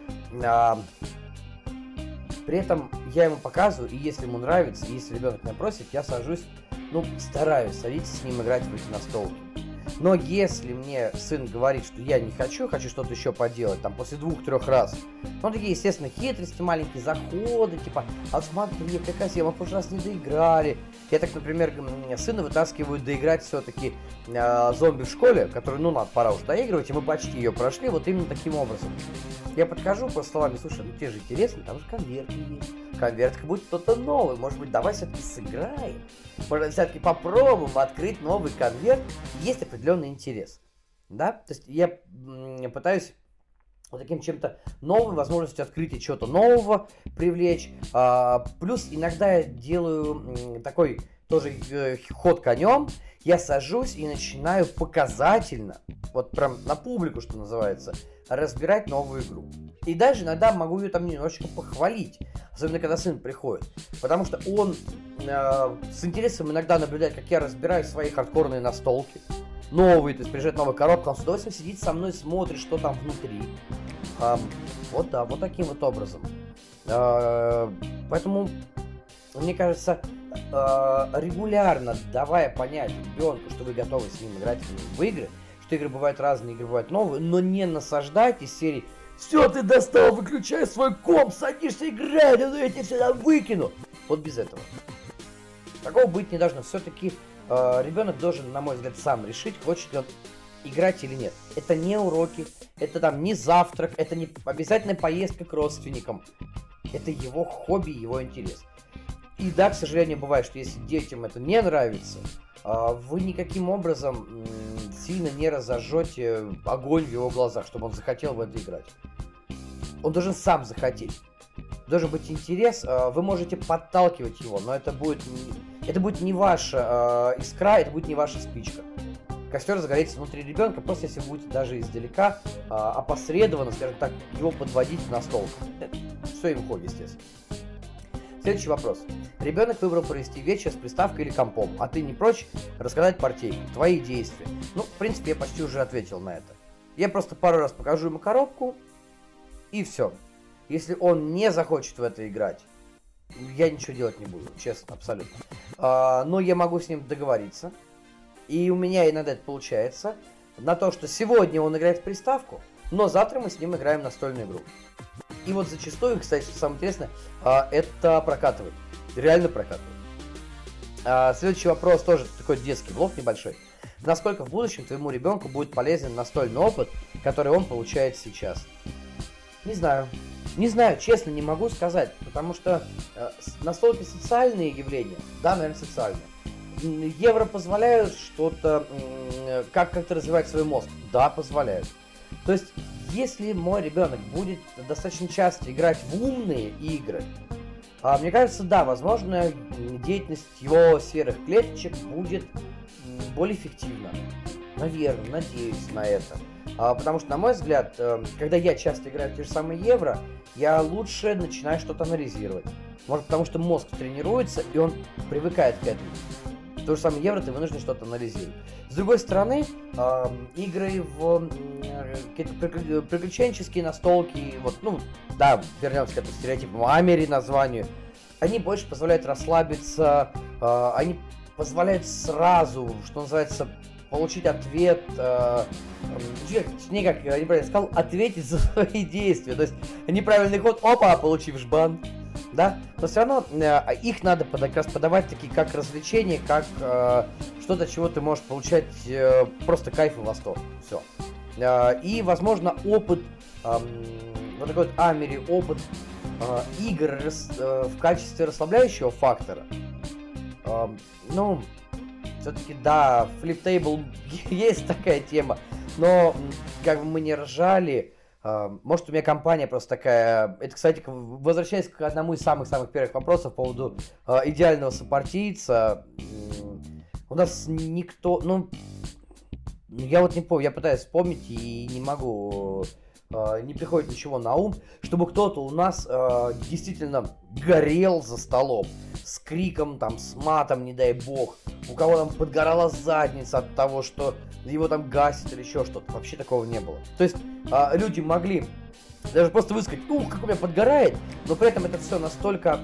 При этом я ему показываю, и если ему нравится, и если ребенок меня просит, я сажусь, стараюсь садиться с ним играть в эти настолки. Но если мне сын говорит, что я не хочу что-то еще поделать, там, после 2-3 раз, такие, естественно, хитрости, маленькие заходы, типа, а смотри, какая мы в прошлый раз не доиграли. Я так, например, сына вытаскиваю доиграть все-таки зомби в школе, которую, пора уже доигрывать, и мы почти ее прошли, вот именно таким образом. Я подхожу по словами, слушай, тебе же интересно, там же конверты есть. Конвертка будет кто-то новый, может быть, давай все-таки сыграем. Может, все-таки попробуем открыть новый конверт. Есть определенный интерес, да? То есть я пытаюсь вот таким чем-то новым, возможностью открытия чего-то нового привлечь. Плюс иногда я делаю такой тоже ход конем. Я сажусь и начинаю показательно, вот прям на публику, что называется, разбирать новую игру. И даже иногда могу ее там немножечко похвалить, особенно когда сын приходит. Потому что он с интересом иногда наблюдает, как я разбираю свои хардкорные настолки. Новые, то есть приезжает новая коробка, он с удовольствием сидит со мной, смотрит, что там внутри. Вот таким вот образом. Поэтому, мне кажется, регулярно давая понять ребенку, что вы готовы с ним играть в игры, что игры бывают разные, игры бывают новые, но не насаждать из серии «Все, ты достал, выключай свой комп, садишься играть, я тебя сюда выкину». Вот без этого. Такого быть не должно. Все-таки ребенок должен, на мой взгляд, сам решить, хочет ли он играть или нет. Это не уроки, это там не завтрак, это не обязательная поездка к родственникам. Это его хобби, его интерес. И да, к сожалению, бывает, что если детям это не нравится, вы никаким образом сильно не разожжете огонь в его глазах, чтобы он захотел в это играть. Он должен сам захотеть. Должен быть интерес, вы можете подталкивать его, но это будет не ваша искра, это будет не ваша спичка. Костер загорится внутри ребенка, просто если вы будете даже издалека, опосредованно, скажем так, его подводить на стол. Все им хобби, естественно. Следующий вопрос. Ребенок выбрал провести вечер с приставкой или компом, а ты не прочь рассказать партийку, твои действия. В принципе, я почти уже ответил на это. Я просто пару раз покажу ему коробку, и все. Если он не захочет в это играть, я ничего делать не буду, честно, абсолютно. Но я могу с ним договориться, и у меня иногда это получается, на то, что сегодня он играет в приставку, но завтра мы с ним играем в настольную игру. И вот зачастую, кстати, что самое интересное, это прокатывает. Реально прокатывает. Следующий вопрос тоже такой детский блок небольшой. Насколько в будущем твоему ребенку будет полезен настольный опыт, который он получает сейчас? Не знаю. Не знаю, честно, не могу сказать, потому что настолько социальные явления, да, наверное, социальные. Евро позволяют что-то, как-то развивать свой мозг? Да, позволяют. То есть, если мой ребенок будет достаточно часто играть в умные игры, мне кажется, да, возможно, деятельность его серых клеточек будет более эффективна. Наверное, надеюсь на это. Потому что, на мой взгляд, когда я часто играю в те же самые евро, я лучше начинаю что-то анализировать. Может, потому что мозг тренируется, и он привыкает к этому. то же самое евро, ты вынужден что-то анализировать. С другой стороны, игры в какие-то приключенческие настолки, вот, ну, да, вернемся к этому стереотипному Амери названию, они больше позволяют расслабиться, они позволяют сразу, что называется, получить ответ, не как я неправильно сказал, ответить за свои действия. То есть неправильный ход, опа, получив жбан. Да? Но все равно их надо как раз подавать такие как развлечения, как что-то, чего ты можешь получать просто кайф и восторг. Все. И, возможно, опыт, вот такой вот Амери, опыт игр в качестве расслабляющего фактора. Ну, все-таки, да, флип-тейбл есть такая тема, но как бы мы не ржали. Может, у меня компания просто такая... Это, кстати, возвращаясь к одному из самых-самых первых вопросов по поводу идеального сопартийца. У нас никто... Ну, я вот не помню, я пытаюсь вспомнить и не могу... Не приходит ничего на ум, чтобы кто-то у нас действительно горел за столом. С криком, там, с матом, не дай бог. У кого там подгорала задница от того, что его там гасит или еще что-то. Вообще такого не было. То есть люди могли даже просто высказать, как у меня подгорает, но при этом это все настолько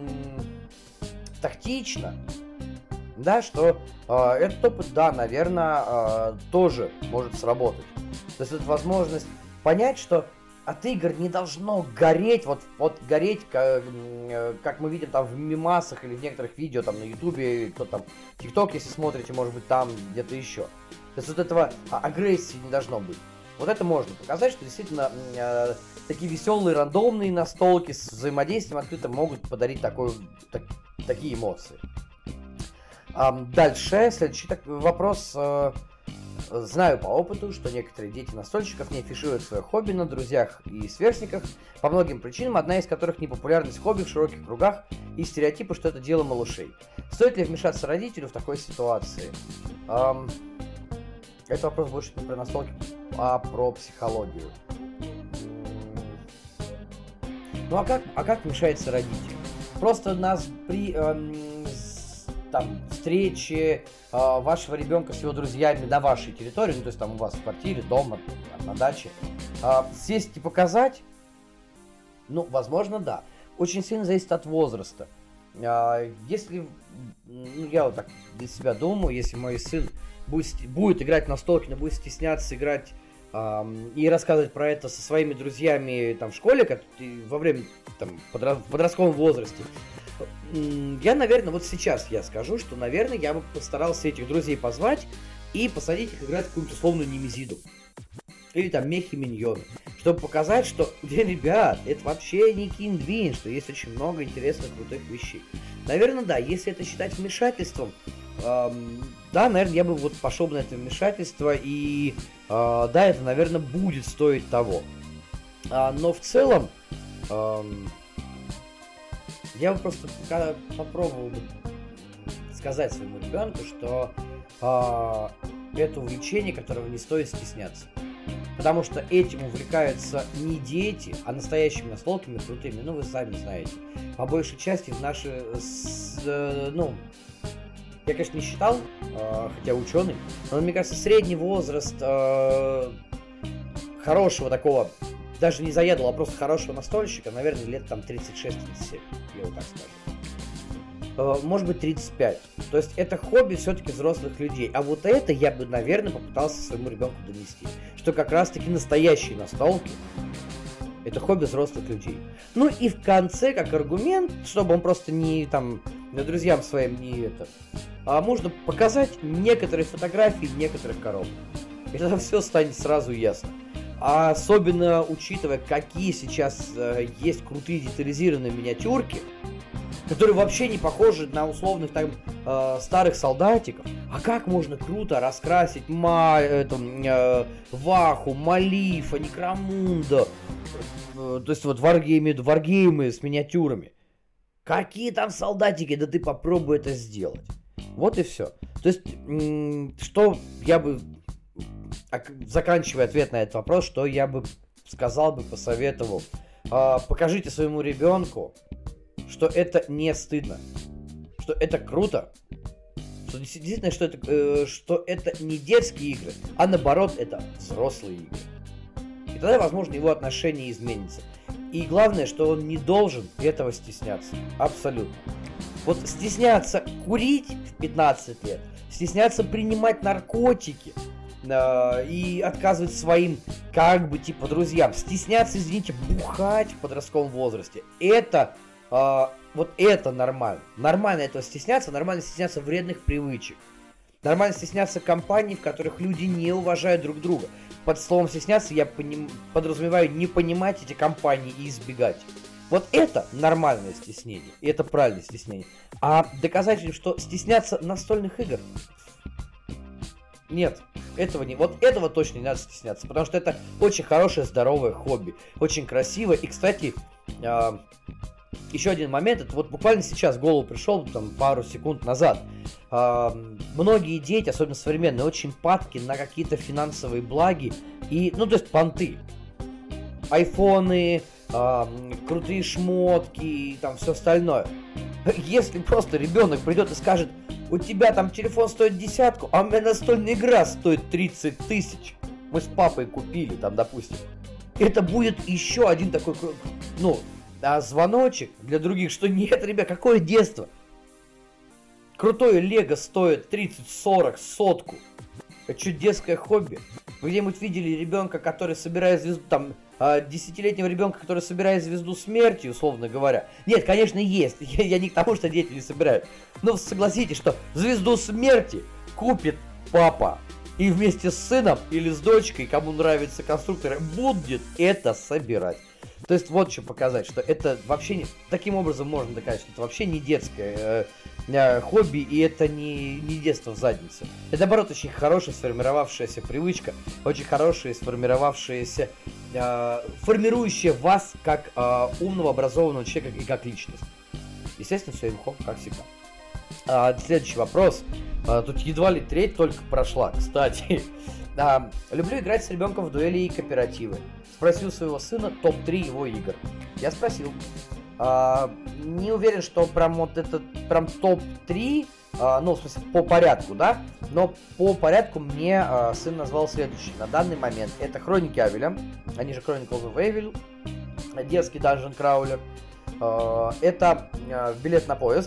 тактично, да, что этот опыт, да, наверное, тоже может сработать. То есть это возможность понять, что от игр не должно гореть, вот гореть, как мы видим там в мемасах или в некоторых видео там на ютубе, кто там, тикток, если смотрите, может быть, там где-то еще. То есть вот этого агрессии не должно быть. Вот это можно показать, что действительно такие веселые, рандомные настолки с взаимодействием открыто могут подарить такие эмоции. Дальше, следующий вопрос. Знаю по опыту, что некоторые дети настольщиков не афишируют свое хобби на друзьях и сверстниках по многим причинам, одна из которых непопулярность хобби в широких кругах и стереотипы, что это дело малышей. Стоит ли вмешаться родителю в такой ситуации? Это вопрос больше не про настолки, а про психологию. Ну а как вмешается родитель? Просто нас при встрече вашего ребенка с его друзьями на вашей территории, ну то есть там у вас в квартире, дома, там, на даче, сесть и показать, ну, возможно, да. Очень сильно зависит от возраста. Если, я вот так для себя думаю, если мой сын будет играть в настолки, но будет стесняться играть и рассказывать про это со своими друзьями там в школе, во время там, в подростковом возрасте, я, наверное, вот сейчас я скажу, что, наверное, я бы постарался этих друзей позвать и посадить их играть в какую-нибудь условную Немезиду. Или там Мехи-миньоны. Чтобы показать, что, ребят, это вообще не Кингвин, что есть очень много интересных, крутых вещей. Наверное, да, если это считать вмешательством, да, наверное, я бы вот пошел бы на это вмешательство, и да, это, наверное, будет стоить того. Но в целом, я бы просто попробовал бы сказать своему ребенку, что это увлечение, которого не стоит стесняться. Потому что этим увлекаются не дети, а настоящими настолками крутыми. Ну, вы сами знаете. По большей части в наши... я, конечно, не считал, хотя ученый, но, мне кажется, средний возраст хорошего такого, даже не заядлого, а просто хорошего настольщика, наверное, лет там 36-37, я вот так скажу. Может быть, 35. То есть это хобби все-таки взрослых людей. А вот это я бы, наверное, попытался своему ребенку донести. Что как раз-таки настоящие настолки — это хобби взрослых людей. Ну и в конце, как аргумент, чтобы он просто не там друзьям своим не это, можно показать некоторые фотографии некоторых коробок. И тогда все станет сразу ясно. А особенно учитывая, какие сейчас есть крутые детализированные миниатюрки, которые вообще не похожи на условных там старых солдатиков. А как можно круто раскрасить Ваху, Малифа, Некромунда, то есть вот варгеймы с миниатюрами. Какие там солдатики, да ты попробуй это сделать. Вот и все. То есть, что я бы, заканчивая ответ на этот вопрос, что я бы сказал бы, посоветовал. Покажите своему ребенку, что это не стыдно, что это круто, что действительно, что это не детские игры, а наоборот, это взрослые игры. И тогда, возможно, его отношение изменится. И главное, что он не должен этого стесняться. Абсолютно. Вот стесняться курить в 15 лет, стесняться принимать наркотики и отказывать своим, друзьям, стесняться, извините, бухать в подростковом возрасте. Это, вот это нормально. Нормально этого стесняться, нормально стесняться вредных привычек. Нормально стесняться компаний, в которых люди не уважают друг друга. Под словом стесняться я подразумеваю не понимать эти компании и избегать. Вот это нормальное стеснение, и это правильное стеснение. А доказательство, что стесняться настольных игр, нет, вот этого точно не надо стесняться, потому что это очень хорошее, здоровое хобби, очень красиво. И, кстати, еще один момент, это вот буквально сейчас в голову пришел, там, пару секунд назад. Многие дети, особенно современные, очень падки на какие-то финансовые благи и, то есть понты. Айфоны, крутые шмотки и там все остальное. Если просто ребенок придет и скажет: у тебя там телефон стоит 10, а у меня настольная игра стоит 30 тысяч, мы с папой купили там, допустим, это будет еще один такой, звоночек для других, что нет, ребят, какое детство? Крутое лего стоит 30, 40, сотку. Это что, детское хобби? Вы где-нибудь видели ребенка, который собирает звезду, там, 10-летнего ребенка, который собирает звезду смерти, условно говоря? Нет, конечно, есть. Я не к тому, что дети не собирают. Но согласитесь, что звезду смерти купит папа. И вместе с сыном или с дочкой, кому нравятся конструкторы, будет это собирать. То есть вот что показать, что это вообще не... Таким образом можно доказать, что это вообще не детское хобби, и это не детство в заднице. Это, наоборот, очень хорошая сформировавшаяся привычка, очень хорошая сформировавшаяся, формирующая вас как умного, образованного человека и как личность. Естественно, все имхо, как всегда. Следующий вопрос. Тут едва ли треть только прошла, кстати. Люблю играть с ребенком в дуэли и кооперативы. Спросил своего сына топ-3 его игр. Я спросил. Не уверен, что прям вот этот прям топ-3, в смысле по порядку, да? Но по порядку мне сын назвал следующий. На данный момент это Хроники Авеля, они же Chronicles of Evil, детский Dungeon Crawler. Это Билет на поезд.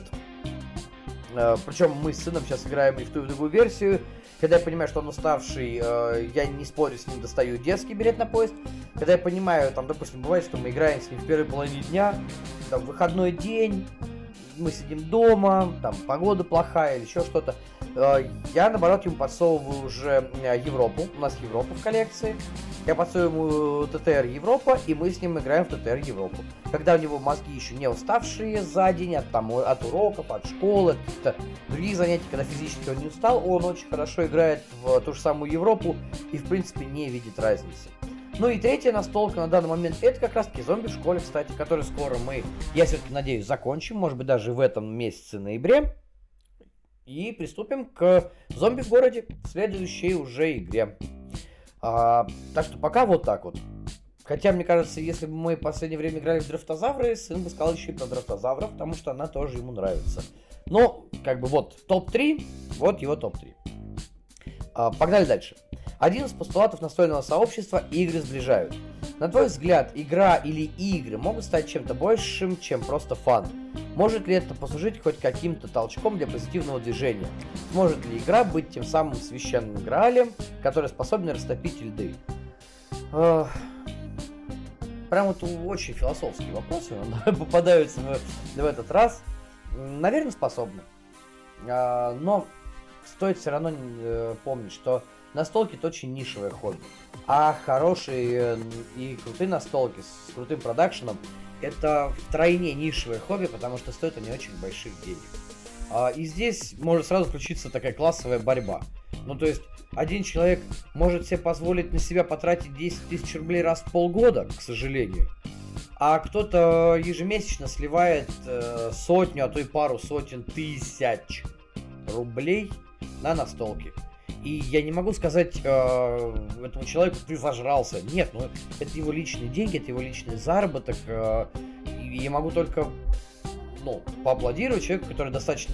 Причем мы с сыном сейчас играем и в ту, и в другую версию. Когда я понимаю, что он уставший, я не спорю с ним, достаю детский билет на поезд. Когда я понимаю, там, допустим, бывает, что мы играем с ним в первой половине дня, там, выходной день, мы сидим дома, там, погода плохая или еще что-то, я, наоборот, ему подсовываю уже Европу. У нас Европа в коллекции. Я подсовываю ему ТТР Европа, и мы с ним играем в ТТР Европу. Когда у него мозги еще не уставшие за день от уроков, от школы, от каких-то других занятий, когда физически он не устал, он очень хорошо играет в ту же самую Европу и, в принципе, не видит разницы. Ну и третья настолка на данный момент, это как раз таки «Зомби в школе», кстати, который скоро я все-таки надеюсь, закончим, может быть, даже в этом месяце, ноябре. И приступим к «Зомби в городе», следующей уже игре. Так что пока вот так вот. Хотя, мне кажется, если бы мы в последнее время играли в дрифтозавры, сын бы сказал еще и про дрифтозавров, потому что она тоже ему нравится. Но, вот, топ-3, вот его топ-3. Погнали дальше. Один из постулатов настольного сообщества: игры сближают. На твой взгляд, игра или игры могут стать чем-то большим, чем просто фан? Может ли это послужить хоть каким-то толчком для позитивного движения? Сможет ли игра быть тем самым священным граалем, который способен растопить льды? Прям это очень философские вопросы попадаются в этот раз. Наверное, способны. Но стоит все равно помнить, что настолки — это очень нишевое хобби. А хорошие и крутые настолки с крутым продакшеном — это втройне нишевое хобби, потому что стоят они очень больших денег. И здесь может сразу включиться такая классовая борьба. Ну, то есть, один человек может себе позволить на себя потратить 10 тысяч рублей раз в полгода, к сожалению. А кто-то ежемесячно сливает сотню, а то и пару сотен тысяч рублей на настолки. И я не могу сказать этому человеку: ты зажрался. Нет, это его личные деньги, это его личный заработок. И я могу только поаплодировать человеку, который достаточно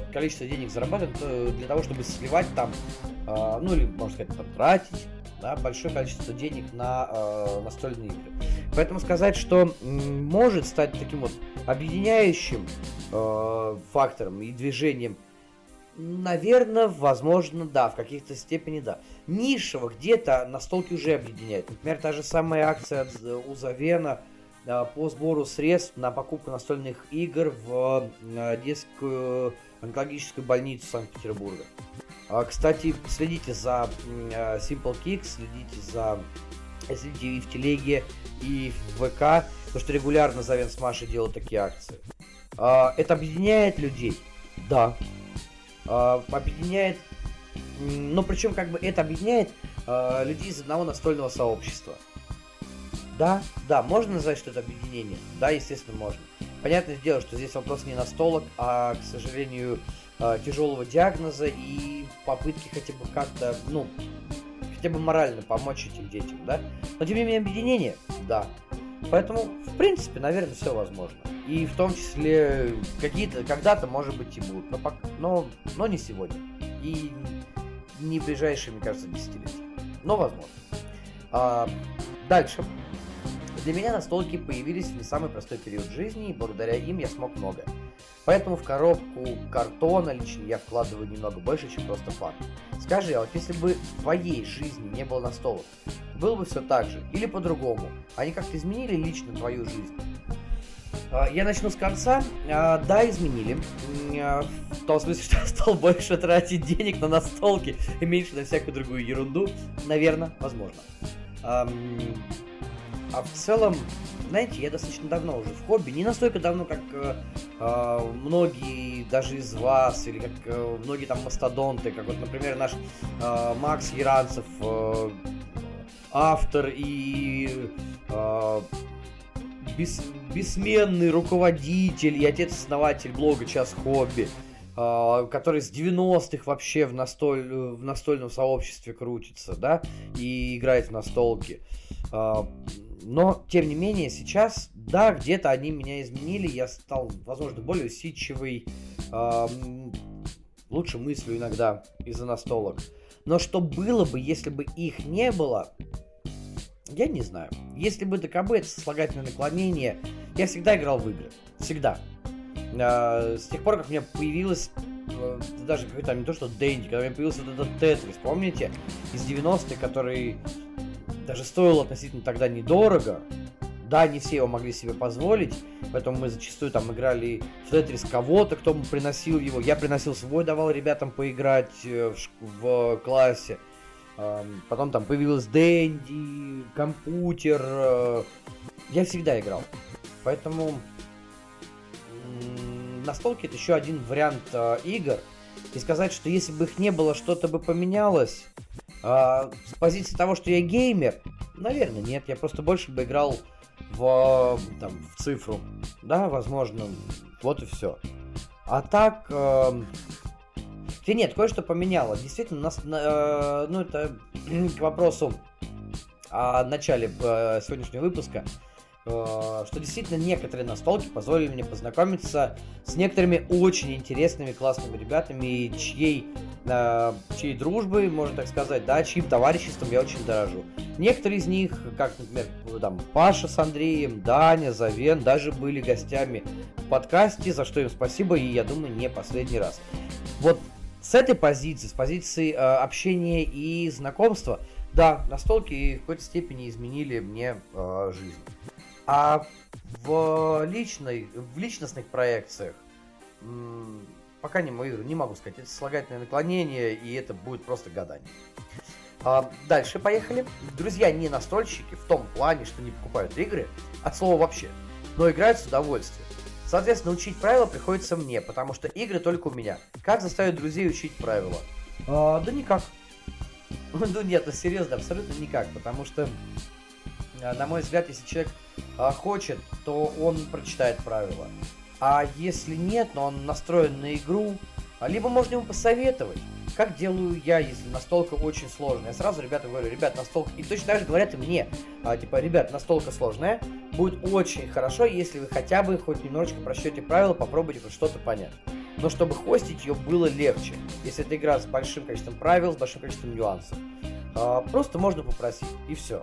количество денег зарабатывают для того, чтобы сливать там, ну или, можно сказать, потратить, да, большое количество денег на настольные игры. Поэтому сказать, что может стать таким вот объединяющим фактором и движением, наверное, возможно, да, в каких-то степени да. Нишево где-то настолки уже объединяет. Например, та же самая акция у Завена по сбору средств на покупку настольных игр в детскую онкологическую больницу Санкт-Петербурга. Кстати, следите за Simple Kicks, следите и в телеге, и в ВК, потому что регулярно Завен с Машей делают такие акции. Это объединяет людей? Да. Объединяет, но причем как бы это объединяет людей из одного настольного сообщества. Да, можно назвать, что это объединение. Да, естественно, можно. Понятное дело, что здесь вопрос не настолок, а, к сожалению, тяжелого диагноза и попытки хотя бы как-то, хотя бы морально помочь этим детям, да. Но тем не менее объединение, да. Поэтому, в принципе, наверное, все возможно. И в том числе какие-то, когда-то, может быть, и будут, но не сегодня. И не в ближайшие, мне кажется, десятилетия. Но возможно. Дальше. Для меня настолки появились в не самый простой период жизни, и благодаря им я смог многое. Поэтому в коробку картона лично я вкладываю немного больше, чем просто фан. Скажи, а вот если бы в твоей жизни не было настолок, было бы все так же или по-другому? Они как-то изменили лично твою жизнь? Я начну с конца. Да, изменили. В том смысле, что я стал больше тратить денег на настолки и меньше на всякую другую ерунду. Наверное, возможно. А в целом, знаете, я достаточно давно уже в хобби, не настолько давно, как многие даже из вас, или как многие там мастодонты, как вот, например, наш Макс Яранцев, автор и бессменный руководитель и отец-основатель блога «Час хобби», который с 90-х вообще в настольном сообществе крутится, да, и играет в настолки. Но, тем не менее, сейчас, да, где-то они меня изменили, я стал, возможно, более усидчивый, лучше мыслю иногда из-за настолок. Но что было бы, если бы их не было, я не знаю. Если бы ДКБ, это сослагательное наклонение, я всегда играл в игры. Всегда. С тех пор, как у меня появилась даже какой-то, не то что Дэнди, когда у меня появился вот этот Тетрис, помните? Из 90-х, который даже стоил относительно тогда недорого. Да, не все его могли себе позволить, поэтому мы зачастую там играли в Тетрис кого-то, кто приносил его. Я приносил свой, давал ребятам поиграть в классе. Потом там появилась Дэнди, компьютер. Я всегда играл. Поэтому настолки это еще один вариант игр. И сказать, что если бы их не было, что-то бы поменялось. С позиции того, что я геймер, наверное, нет. Я просто больше бы играл в цифру. Да, возможно. Вот и все. А так... нет, кое-что поменяло. Действительно, это к вопросу о начале сегодняшнего выпуска, что действительно некоторые настолки позволили мне познакомиться с некоторыми очень интересными, классными ребятами, чьей дружбой, можно так сказать, да, чьим товариществом я очень дорожу. Некоторые из них, как, например, там, Паша с Андреем, Даня, Завен, даже были гостями в подкасте, за что им спасибо, и, я думаю, не последний раз. Вот с этой позиции, с позиции общения и знакомства, да, настолки в какой-то степени изменили мне жизнь. А в личностных проекциях пока не могу сказать. Это сослагательное наклонение, и это будет просто гадание. Дальше поехали. Друзья не настольщики в том плане, что не покупают игры, от слова вообще, но играют с удовольствием. Соответственно, учить правила приходится мне, потому что игры только у меня. Как заставить друзей учить правила? Да никак. Ну нет, серьезно, абсолютно никак, потому что, на мой взгляд, если человек хочет, то он прочитает правила. А если нет, но он настроен на игру, либо можно ему посоветовать, как делаю я, если настолка очень сложная. Я сразу ребятам говорю, ребят, настолка... И точно так же говорят и мне, ребят, настолка сложная, будет очень хорошо, если вы хотя бы хоть немножечко прочтете правила, попробуйте хоть что-то понять. но чтобы хостить ее было легче, если это игра с большим количеством правил, с большим количеством нюансов. Просто можно попросить, и все.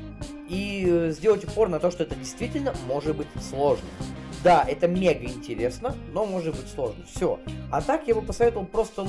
И сделать упор на то, что это действительно может быть сложно. Да, это мега интересно, но может быть сложно. Все. А так я бы посоветовал просто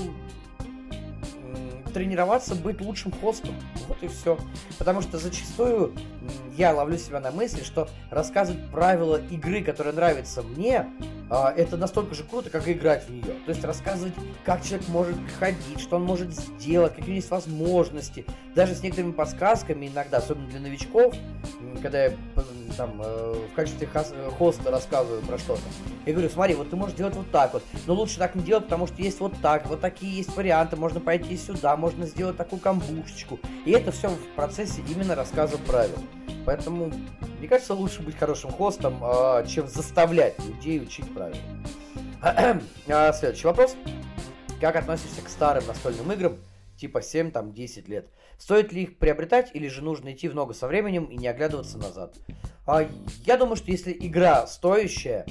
тренироваться, быть лучшим хостом. Вот и все. Потому что зачастую я ловлю себя на мысли, что рассказывать правила игры, которая нравится мне, это настолько же круто, как и играть в нее. То есть рассказывать, как человек может ходить, что он может сделать, какие у него есть возможности. Даже с некоторыми подсказками иногда, особенно для новичков, когда я там в качестве хоста рассказываю про что-то. Я говорю, смотри, вот ты можешь делать вот так вот, но лучше так не делать, потому что есть вот так, вот такие есть варианты, можно пойти сюда, можно сделать такую камбушечку. И это все в процессе именно рассказа правил. Поэтому, мне кажется, лучше быть хорошим хостом, чем заставлять людей учить правила. Следующий вопрос. Как относишься к старым настольным играм, типа 7-10 лет? Стоит ли их приобретать, или же нужно идти в ногу со временем и не оглядываться назад? Я думаю, что если игра стоящая,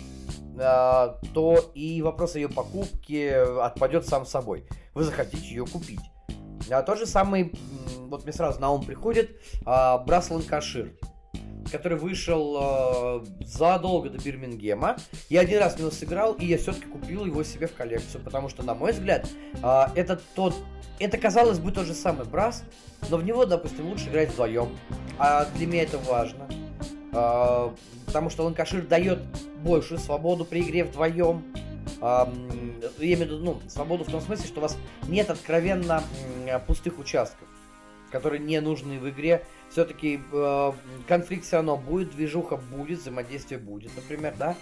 то и вопрос ее покупки отпадет сам собой. Вы захотите ее купить. Тот же самый, вот мне сразу на ум приходит, Brass Lancashire, который вышел задолго до Бирмингема. Я один раз в него сыграл, и я все-таки купил его себе в коллекцию, потому что, на мой взгляд, это казалось бы тот же самый Brass, но в него, допустим, лучше играть вдвоем. А для меня это важно, потому что Lancashire дает большую свободу при игре вдвоем. Я имею в виду, свободу в том смысле, что у вас нет откровенно пустых участков, которые не нужны в игре. Все-таки конфликт все равно будет, движуха будет, взаимодействие будет, например, да?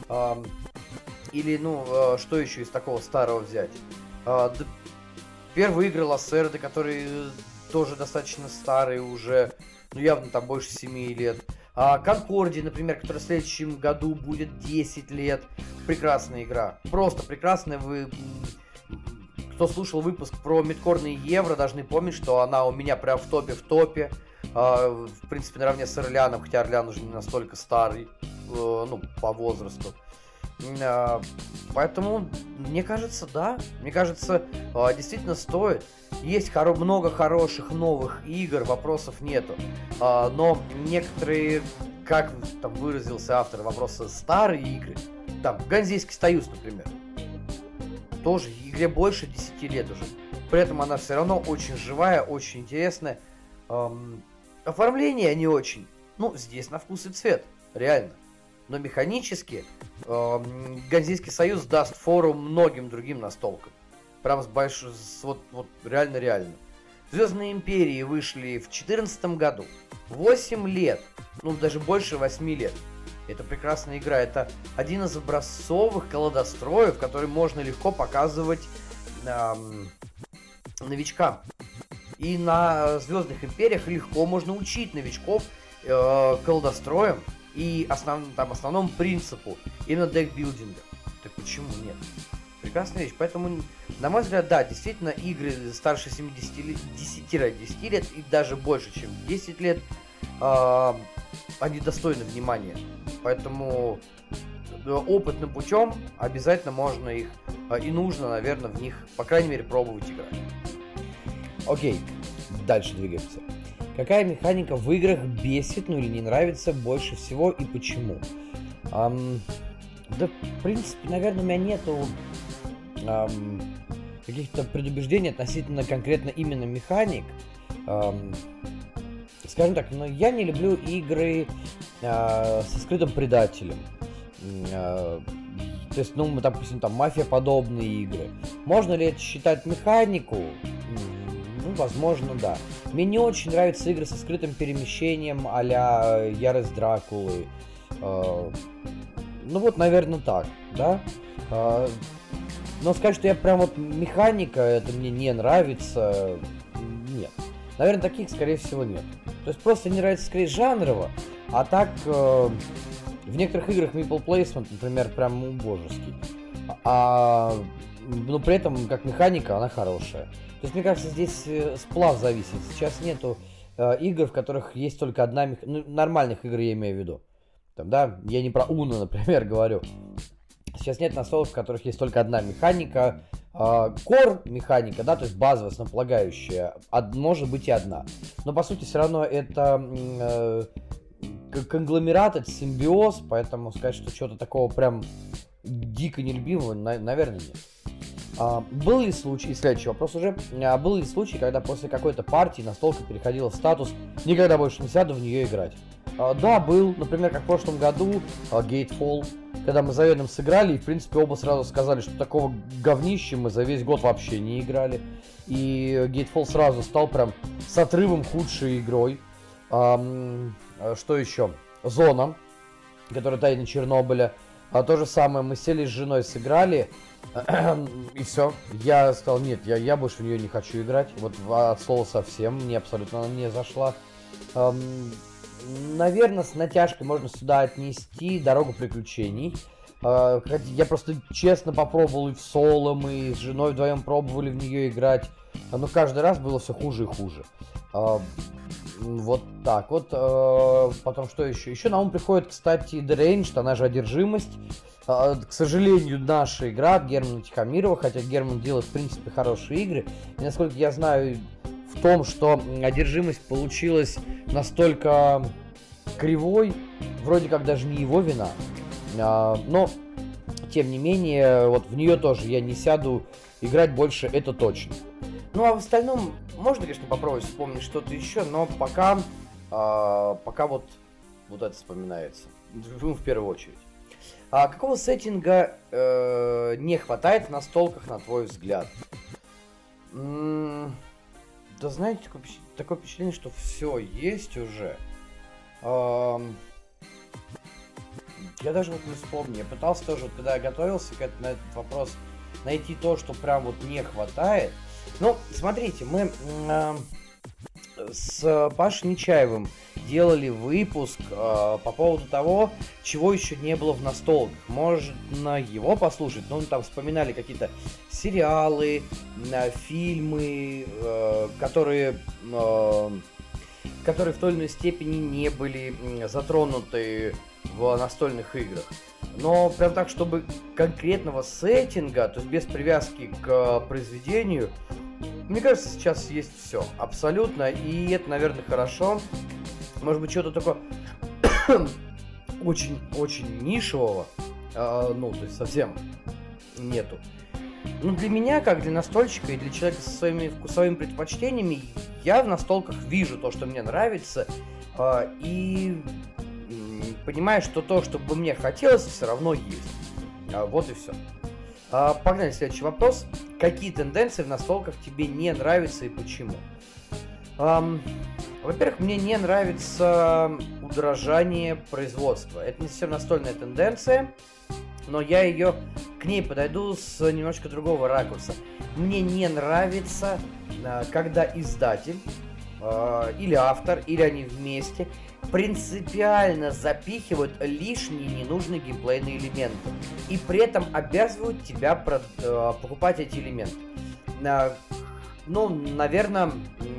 Или, что еще из такого старого взять? Первые игры Лассерды, которые тоже достаточно старые уже, явно там больше 7 лет. Конкордия, например, которая в следующем году будет 10 лет. Прекрасная игра. Просто прекрасная. Вы, кто слушал выпуск про мидкорные евро, должны помнить, что она у меня прям в топе. В принципе, наравне с Орлеаном, хотя Орлеан уже не настолько старый, по возрасту. Поэтому, мне кажется, да. Мне кажется, действительно стоит. Есть много хороших новых игр, вопросов нету. Но некоторые, как там выразился автор вопроса, старые игры, там, Ганзейский союз, например, тоже игре больше 10 лет уже. При этом она все равно очень живая, очень интересная. Оформление не очень. Здесь на вкус и цвет, реально. Но механически Ганзейский союз даст фору многим другим настолкам. Прям реально. Звездные империи вышли в 2014 году. 8 лет. Даже больше 8 лет. Это прекрасная игра. Это один из образцовых колодостроев, который можно легко показывать новичкам. И на Звездных империях легко можно учить новичков колодостроем и основному принципу именно декбилдинга. Так почему нет? Прекрасная вещь. Поэтому, на мой взгляд, да, действительно, игры старше 10-10 лет и даже больше, чем 10 лет, они достойны внимания. Поэтому опытным путем обязательно можно их и нужно, наверное, в них, по крайней мере, пробовать играть. Окей, дальше двигаемся. Какая механика в играх бесит, или не нравится больше всего и почему? В принципе, наверное, у меня нету каких-то предубеждений относительно конкретно именно механик. Скажем так, я не люблю игры со скрытым предателем. То есть, допустим, мафия-подобные игры. Можно ли это считать механику? Возможно, да. Мне не очень нравятся игры со скрытым перемещением а-ля Ярость Дракулы. Наверное, так, да? Но сказать, что я прям механика, это мне не нравится, нет. Наверное, таких, скорее всего, нет. То есть просто не нравится, скорее, жанрово, а так в некоторых играх Meeple Placement, например, прям божеский. Но при этом, как механика, она хорошая. То есть, мне кажется, здесь сплав зависит. Сейчас нету игр, в которых есть только одна механика. Нормальных игр я имею в виду. Я не про Uno, например, говорю. Сейчас нет настолок, в которых есть только одна механика. Core механика, да, то есть базовая, основополагающая, может быть и одна. Но по сути все равно это конгломерат, это симбиоз, поэтому сказать, что чего-то такого прям дико нелюбимого, наверное, нет. Был ли случай, следующий вопрос уже, был ли случай, когда после какой-то партии настолка переходила в статус «никогда больше не сяду в нее играть»? Да, был, например, как в прошлом году Gatefall, когда мы за Веном сыграли, и в принципе оба сразу сказали, что такого говнища мы за весь год вообще не играли. И Gatefall сразу стал прям с отрывом худшей игрой. Что еще? Зона, которая тайна Чернобыля. То же самое, мы сели с женой, сыграли, и все. Я сказал, нет, я больше в нее не хочу играть. Вот от слова совсем, мне абсолютно она не зашла. Наверное, с натяжкой можно сюда отнести «Дорогу приключений». Я просто честно попробовал и в соло, мы с женой вдвоем пробовали в нее играть. Но каждый раз было все хуже и хуже. Вот так вот. Потом что еще? Еще на ум приходит, кстати, The Ranged, она же «Одержимость». К сожалению, наша игра от Германа Тихомирова, хотя Герман делает, в принципе, хорошие игры. И, насколько я знаю, в том, что «Одержимость» получилась настолько кривой, вроде как даже не его вина. Но, тем не менее, вот в нее тоже я не сяду играть больше, это точно. Ну, а в остальном, можно, конечно, попробовать вспомнить что-то еще, но пока вот это вспоминается. В первую очередь. Какого сеттинга не хватает в настолках, на твой взгляд? Да, знаете, такое впечатление, что все есть уже. Я даже вот не вспомню. Я пытался тоже, вот, когда я готовился на этот вопрос, найти то, что прям вот не хватает. Ну, смотрите, мы с Пашей Нечаевым делали выпуск по поводу того, чего еще не было в настолках. Можно его послушать, но там вспоминали какие-то сериалы, фильмы, которые в той или иной степени не были затронуты в настольных играх. Но прям так, чтобы конкретного сеттинга, то есть без привязки к произведению, мне кажется, сейчас есть все. Абсолютно. И это, наверное, хорошо. Может быть, что-то такое очень-очень нишевого. То есть совсем нету. Но для меня, как для настольщика и для человека со своими вкусовыми предпочтениями, я в настолках вижу то, что мне нравится. И понимаю, что то, что бы мне хотелось, все равно есть. Вот и все. Погнали, следующий вопрос. Какие тенденции в настолках тебе не нравятся и почему? Во-первых, мне не нравится удорожание производства. Это не совсем настольная тенденция, но к ней подойду с немножко другого ракурса. Мне не нравится, когда издатель или автор, или они вместе принципиально запихивают лишние ненужные геймплейные элементы и при этом обязывают тебя покупать эти элементы. Наверное,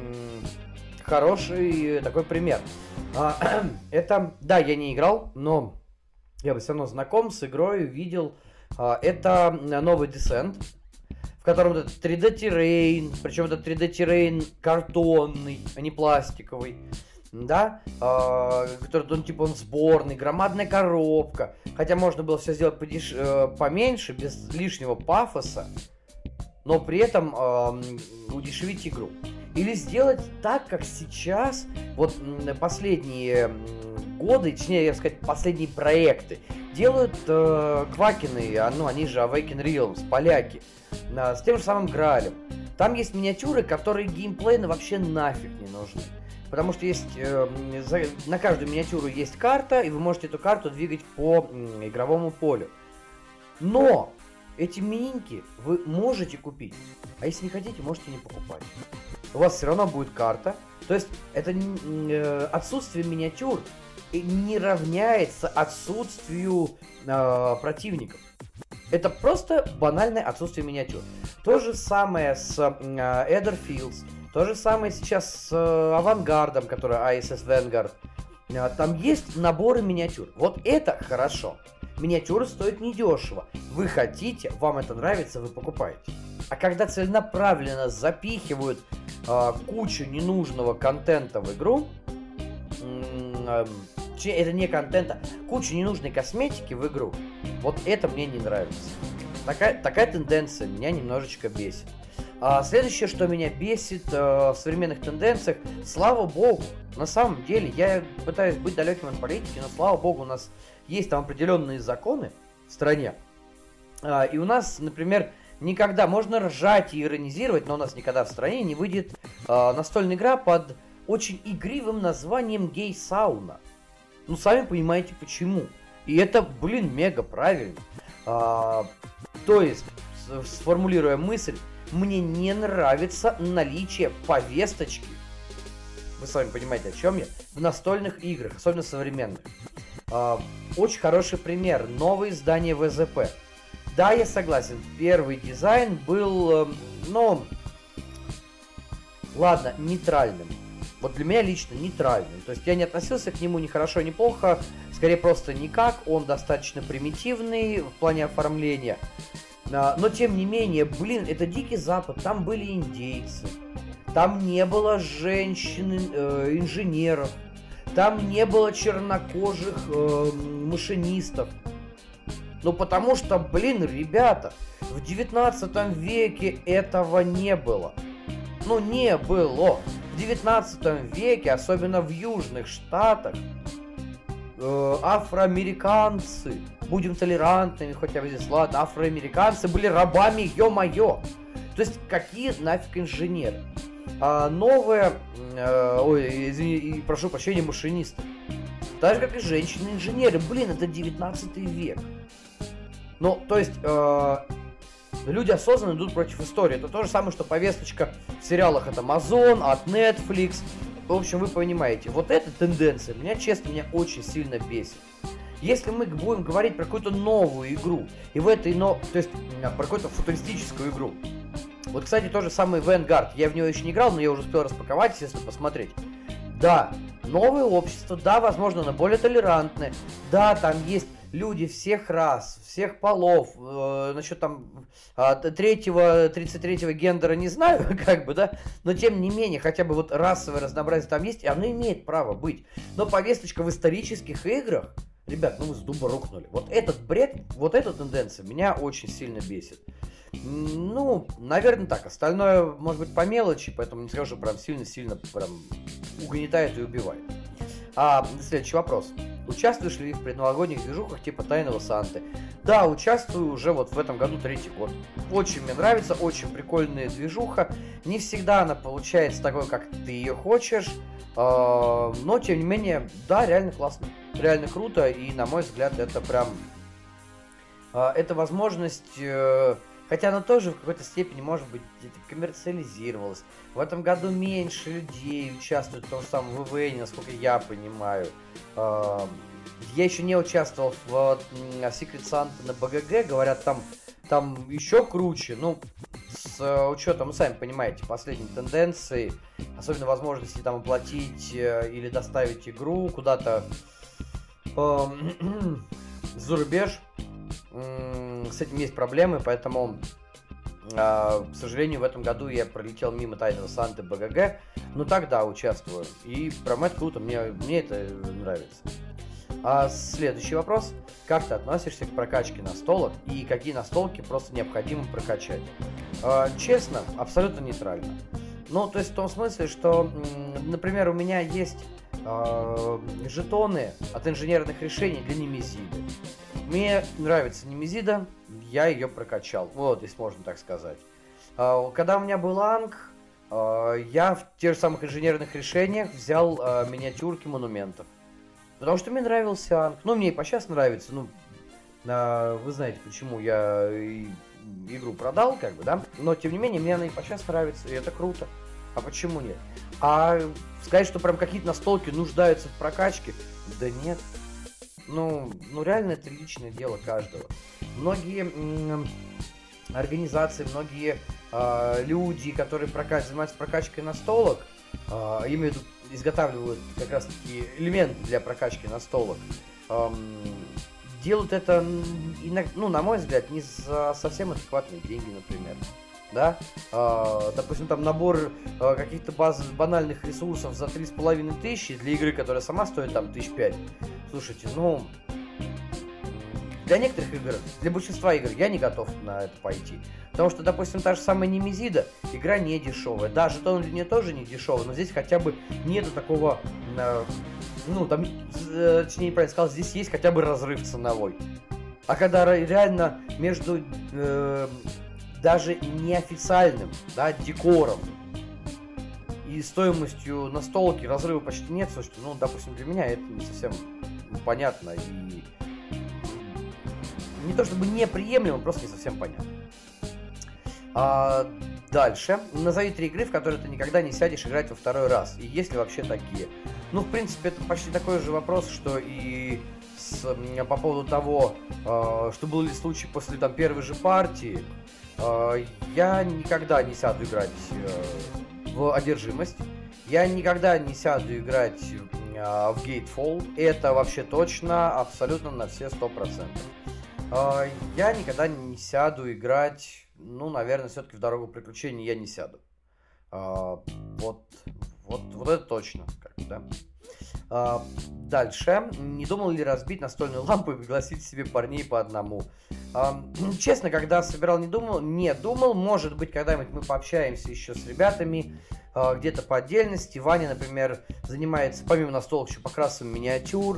хороший такой пример. Это, да, я не играл, но я бы все равно знаком с игрой, видел. Это новый Descent, в котором это 3D террейн, причем это 3D террейн картонный, а не пластиковый. Да, который, он сборный, громадная коробка. Хотя можно было все сделать поменьше, без лишнего пафоса, но при этом удешевить игру. Или сделать так, как сейчас, вот последние годы, точнее, я бы сказать, последние проекты делают Квакины, они же Awaken Realms, поляки, с тем же самым Граалем. Там есть миниатюры, которые геймплейно вообще нафиг не нужны. Потому что есть на каждую миниатюру есть карта, и вы можете эту карту двигать по игровому полю. Но эти мининки вы можете купить, а если не хотите, можете не покупать. У вас все равно будет карта. То есть это отсутствие миниатюр не равняется отсутствию противников. Это просто банальное отсутствие миниатюр. То же самое с Etherfields. То же самое сейчас с Авангардом, который ISS Vanguard. Там есть наборы миниатюр. Вот это хорошо. Миниатюра стоит недешево. Вы хотите, вам это нравится, вы покупаете. А когда целенаправленно запихивают кучу ненужного контента в игру, это не контента, кучу ненужной косметики в игру, вот это мне не нравится. Такая тенденция меня немножечко бесит. Следующее, что меня бесит в современных тенденциях, слава богу, на самом деле, я пытаюсь быть далеким от политики, но слава богу, у нас есть там определенные законы в стране. И у нас, например, никогда, можно ржать и иронизировать, но у нас никогда в стране не выйдет настольная игра под очень игривым названием гей-сауна. Ну, сами понимаете почему. И это, мега правильно. То есть, сформулируя мысль, мне не нравится наличие повесточки, вы сами понимаете, о чем я, в настольных играх, особенно современных. Очень хороший пример. Новое издание ВЗП. Да, я согласен, первый дизайн был, нейтральным. Вот для меня лично нейтральным. То есть я не относился к нему ни хорошо, ни плохо, скорее просто никак. Он достаточно примитивный в плане оформления. Но тем не менее, это Дикий Запад, там были индейцы, там не было женщин-инженеров, там не было чернокожих машинистов. Ну потому что, ребята, в 19 веке этого не было. Не было. В 19 веке, особенно в Южных Штатах, афроамериканцы, будем толерантными, хотя бы здесь ладно, афроамериканцы были рабами, ё-моё. То есть, какие нафиг инженеры? Прошу прощения, машинисты. Так же, как и женщины-инженеры. Это 19 век. То есть, люди осознанно идут против истории. Это то же самое, что повесточка в сериалах от Amazon, от Netflix. В общем, вы понимаете, вот эта тенденция меня очень сильно бесит. Если мы будем говорить про какую-то новую игру, и в этой, то есть про какую-то футуристическую игру. Вот, кстати, тот же самый Vanguard. Я в него еще не играл, но я уже успел распаковать, если посмотреть. Да, новое общество, да, возможно, оно более толерантное. Да, там есть люди всех рас, всех полов, насчет там 33-го гендера не знаю, но тем не менее, хотя бы вот расовое разнообразие там есть, и оно имеет право быть. Но повесточка в исторических играх, ребят, вы с дуба рухнули. Вот этот бред, вот эта тенденция меня очень сильно бесит. Наверное так, остальное может быть по мелочи, поэтому не скажу, что прям сильно угнетает и убивает. Следующий вопрос. Участвуешь ли в предновогодних движухах типа Тайного Санты? Да, участвую уже вот в этом году 3-й год. Очень мне нравится, очень прикольная движуха. Не всегда она получается такой, как ты ее хочешь, но тем не менее, да, реально классно, реально круто, и на мой взгляд это прям, это возможность, хотя она тоже в какой-то степени, может быть, где-то коммерциализировалась. В этом году меньше людей участвуют в том же самом ВВН, насколько я понимаю. Я еще не участвовал в Secret Santa на БГГ, говорят, там еще круче. С учетом, сами понимаете, последней тенденции, особенно возможности там оплатить или доставить игру куда-то за рубеж. С этим есть проблемы, поэтому, к сожалению, в этом году я пролетел мимо Тайного Санты БГГ, но тогда участвую. И прям это круто, мне это нравится. Следующий вопрос. Как ты относишься к прокачке настолок и какие настолки просто необходимо прокачать? Честно, абсолютно нейтрально. То есть в том смысле, что, например, у меня есть жетоны от инженерных решений для Немезиды. Мне нравится Немезида, я ее прокачал, вот, если можно так сказать. Когда у меня был Анг, я в тех же самых инженерных решениях взял миниатюрки монументов. Потому что мне нравился Анг. Мне и по сейчас нравится, вы знаете, почему я игру продал, да? Но, тем не менее, мне она и по сейчас нравится, и это круто. А почему нет? А сказать, что прям какие-то настолки нуждаются в прокачке? Да нет. Реально это личное дело каждого. Многие организации, многие люди, которые занимаются прокачкой настолок, изготавливают как раз таки элементы для прокачки настолок, делают это, ну, на мой взгляд, не за совсем адекватные деньги, например. Да? Допустим, там набор каких-то банальных ресурсов за 3500 для игры, которая сама стоит там 5 000. Слушайте, ну, для некоторых игр, для большинства игр я не готов на это пойти. Потому что, допустим, та же самая Немезида, игра не дешевая. Да, жетон для нее тоже не дешевый, но здесь хотя бы нету такого, ну, там, точнее, неправильно сказал, здесь есть хотя бы разрыв ценовой. А когда реально между даже неофициальным, да, декором и стоимостью настолки разрыва почти нет, слушайте, ну, допустим, для меня это не совсем понятно и не то чтобы неприемлемо, просто не совсем понятно. Дальше. Назови 3 игры, в которые ты никогда не сядешь играть во второй раз. И есть ли вообще такие? Ну, в принципе, это почти такой же вопрос, что и по поводу того, что был ли случай после там первой же партии. Я никогда не сяду играть в одержимость. Я никогда не сяду играть в Gatefall. Это вообще точно, абсолютно на все 100%. Я никогда не сяду играть, ну, наверное, все-таки в Дорогу приключений я не сяду. Вот это точно, как бы, да. Дальше. Не думал ли разбить настольную лампу и пригласить себе парней по одному? Честно, когда собирал, не думал. Может быть, когда-нибудь мы пообщаемся еще с ребятами, где-то по отдельности. Ваня, например, занимается помимо настолок еще покрасом миниатюр.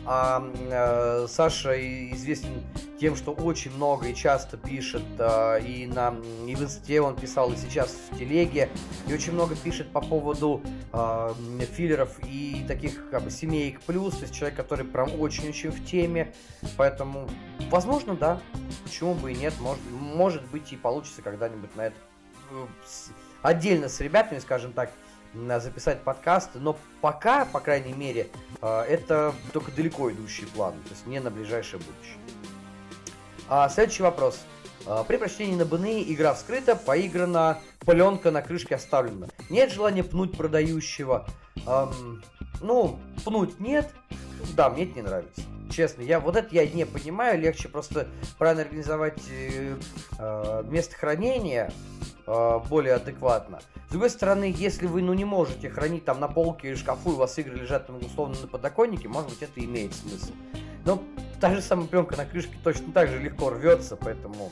Саша известен тем, что очень много и часто пишет, и в инсте он писал, и сейчас в телеге, и очень много пишет по поводу филлеров и таких как бы семеек плюс, то есть человек, который прям очень-очень в теме, поэтому, возможно, да, почему бы и нет, может быть и получится когда-нибудь на это отдельно с ребятами, скажем так, записать подкасты, но пока, по крайней мере, это только далеко идущие планы, то есть не на ближайшее будущее. Следующий вопрос. При прочтении на БНИ игра вскрыта, поиграна, пленка на крышке оставлена. Нет желания пнуть продающего? Ну, пнуть нет. Да, мне это не нравится. Честно, я не понимаю. Легче просто правильно организовать место хранения более адекватно. С другой стороны, если вы, не можете хранить там на полке или шкафу, и у вас игры лежат там условно на подоконнике, может быть, это имеет смысл. Но та же самая пленка на крышке точно так же легко рвется, поэтому,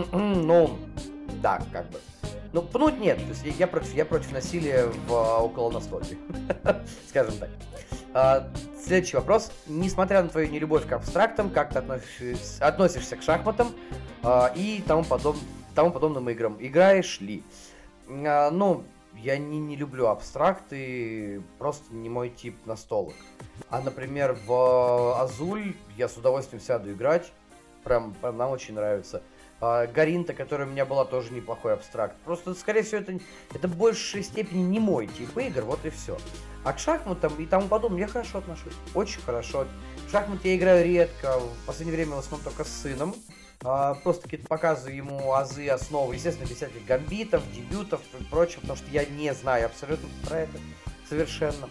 да, как бы. Ну, пнуть нет, то есть я против насилия около настолки, скажем так. Следующий вопрос. Несмотря на твою нелюбовь к абстрактам, как ты относишься к шахматам и тому подобным играм? Играешь ли? Ну, я не люблю абстракты, просто не мой тип настолок. А, например, в Азуль я с удовольствием сяду играть, прям нам очень нравится. Гаринта, которая у меня была, тоже неплохой абстракт. Просто, скорее всего, это в большей степени не мой тип игр, вот и все. А к шахматам и тому подобному я хорошо отношусь, очень хорошо. В шахматы я играю редко, в последнее время в основном только с сыном. Просто какие-то показываю ему азы, основы, естественно, без всяких гамбитов, дебютов и прочего, потому что я не знаю абсолютно про это совершенно.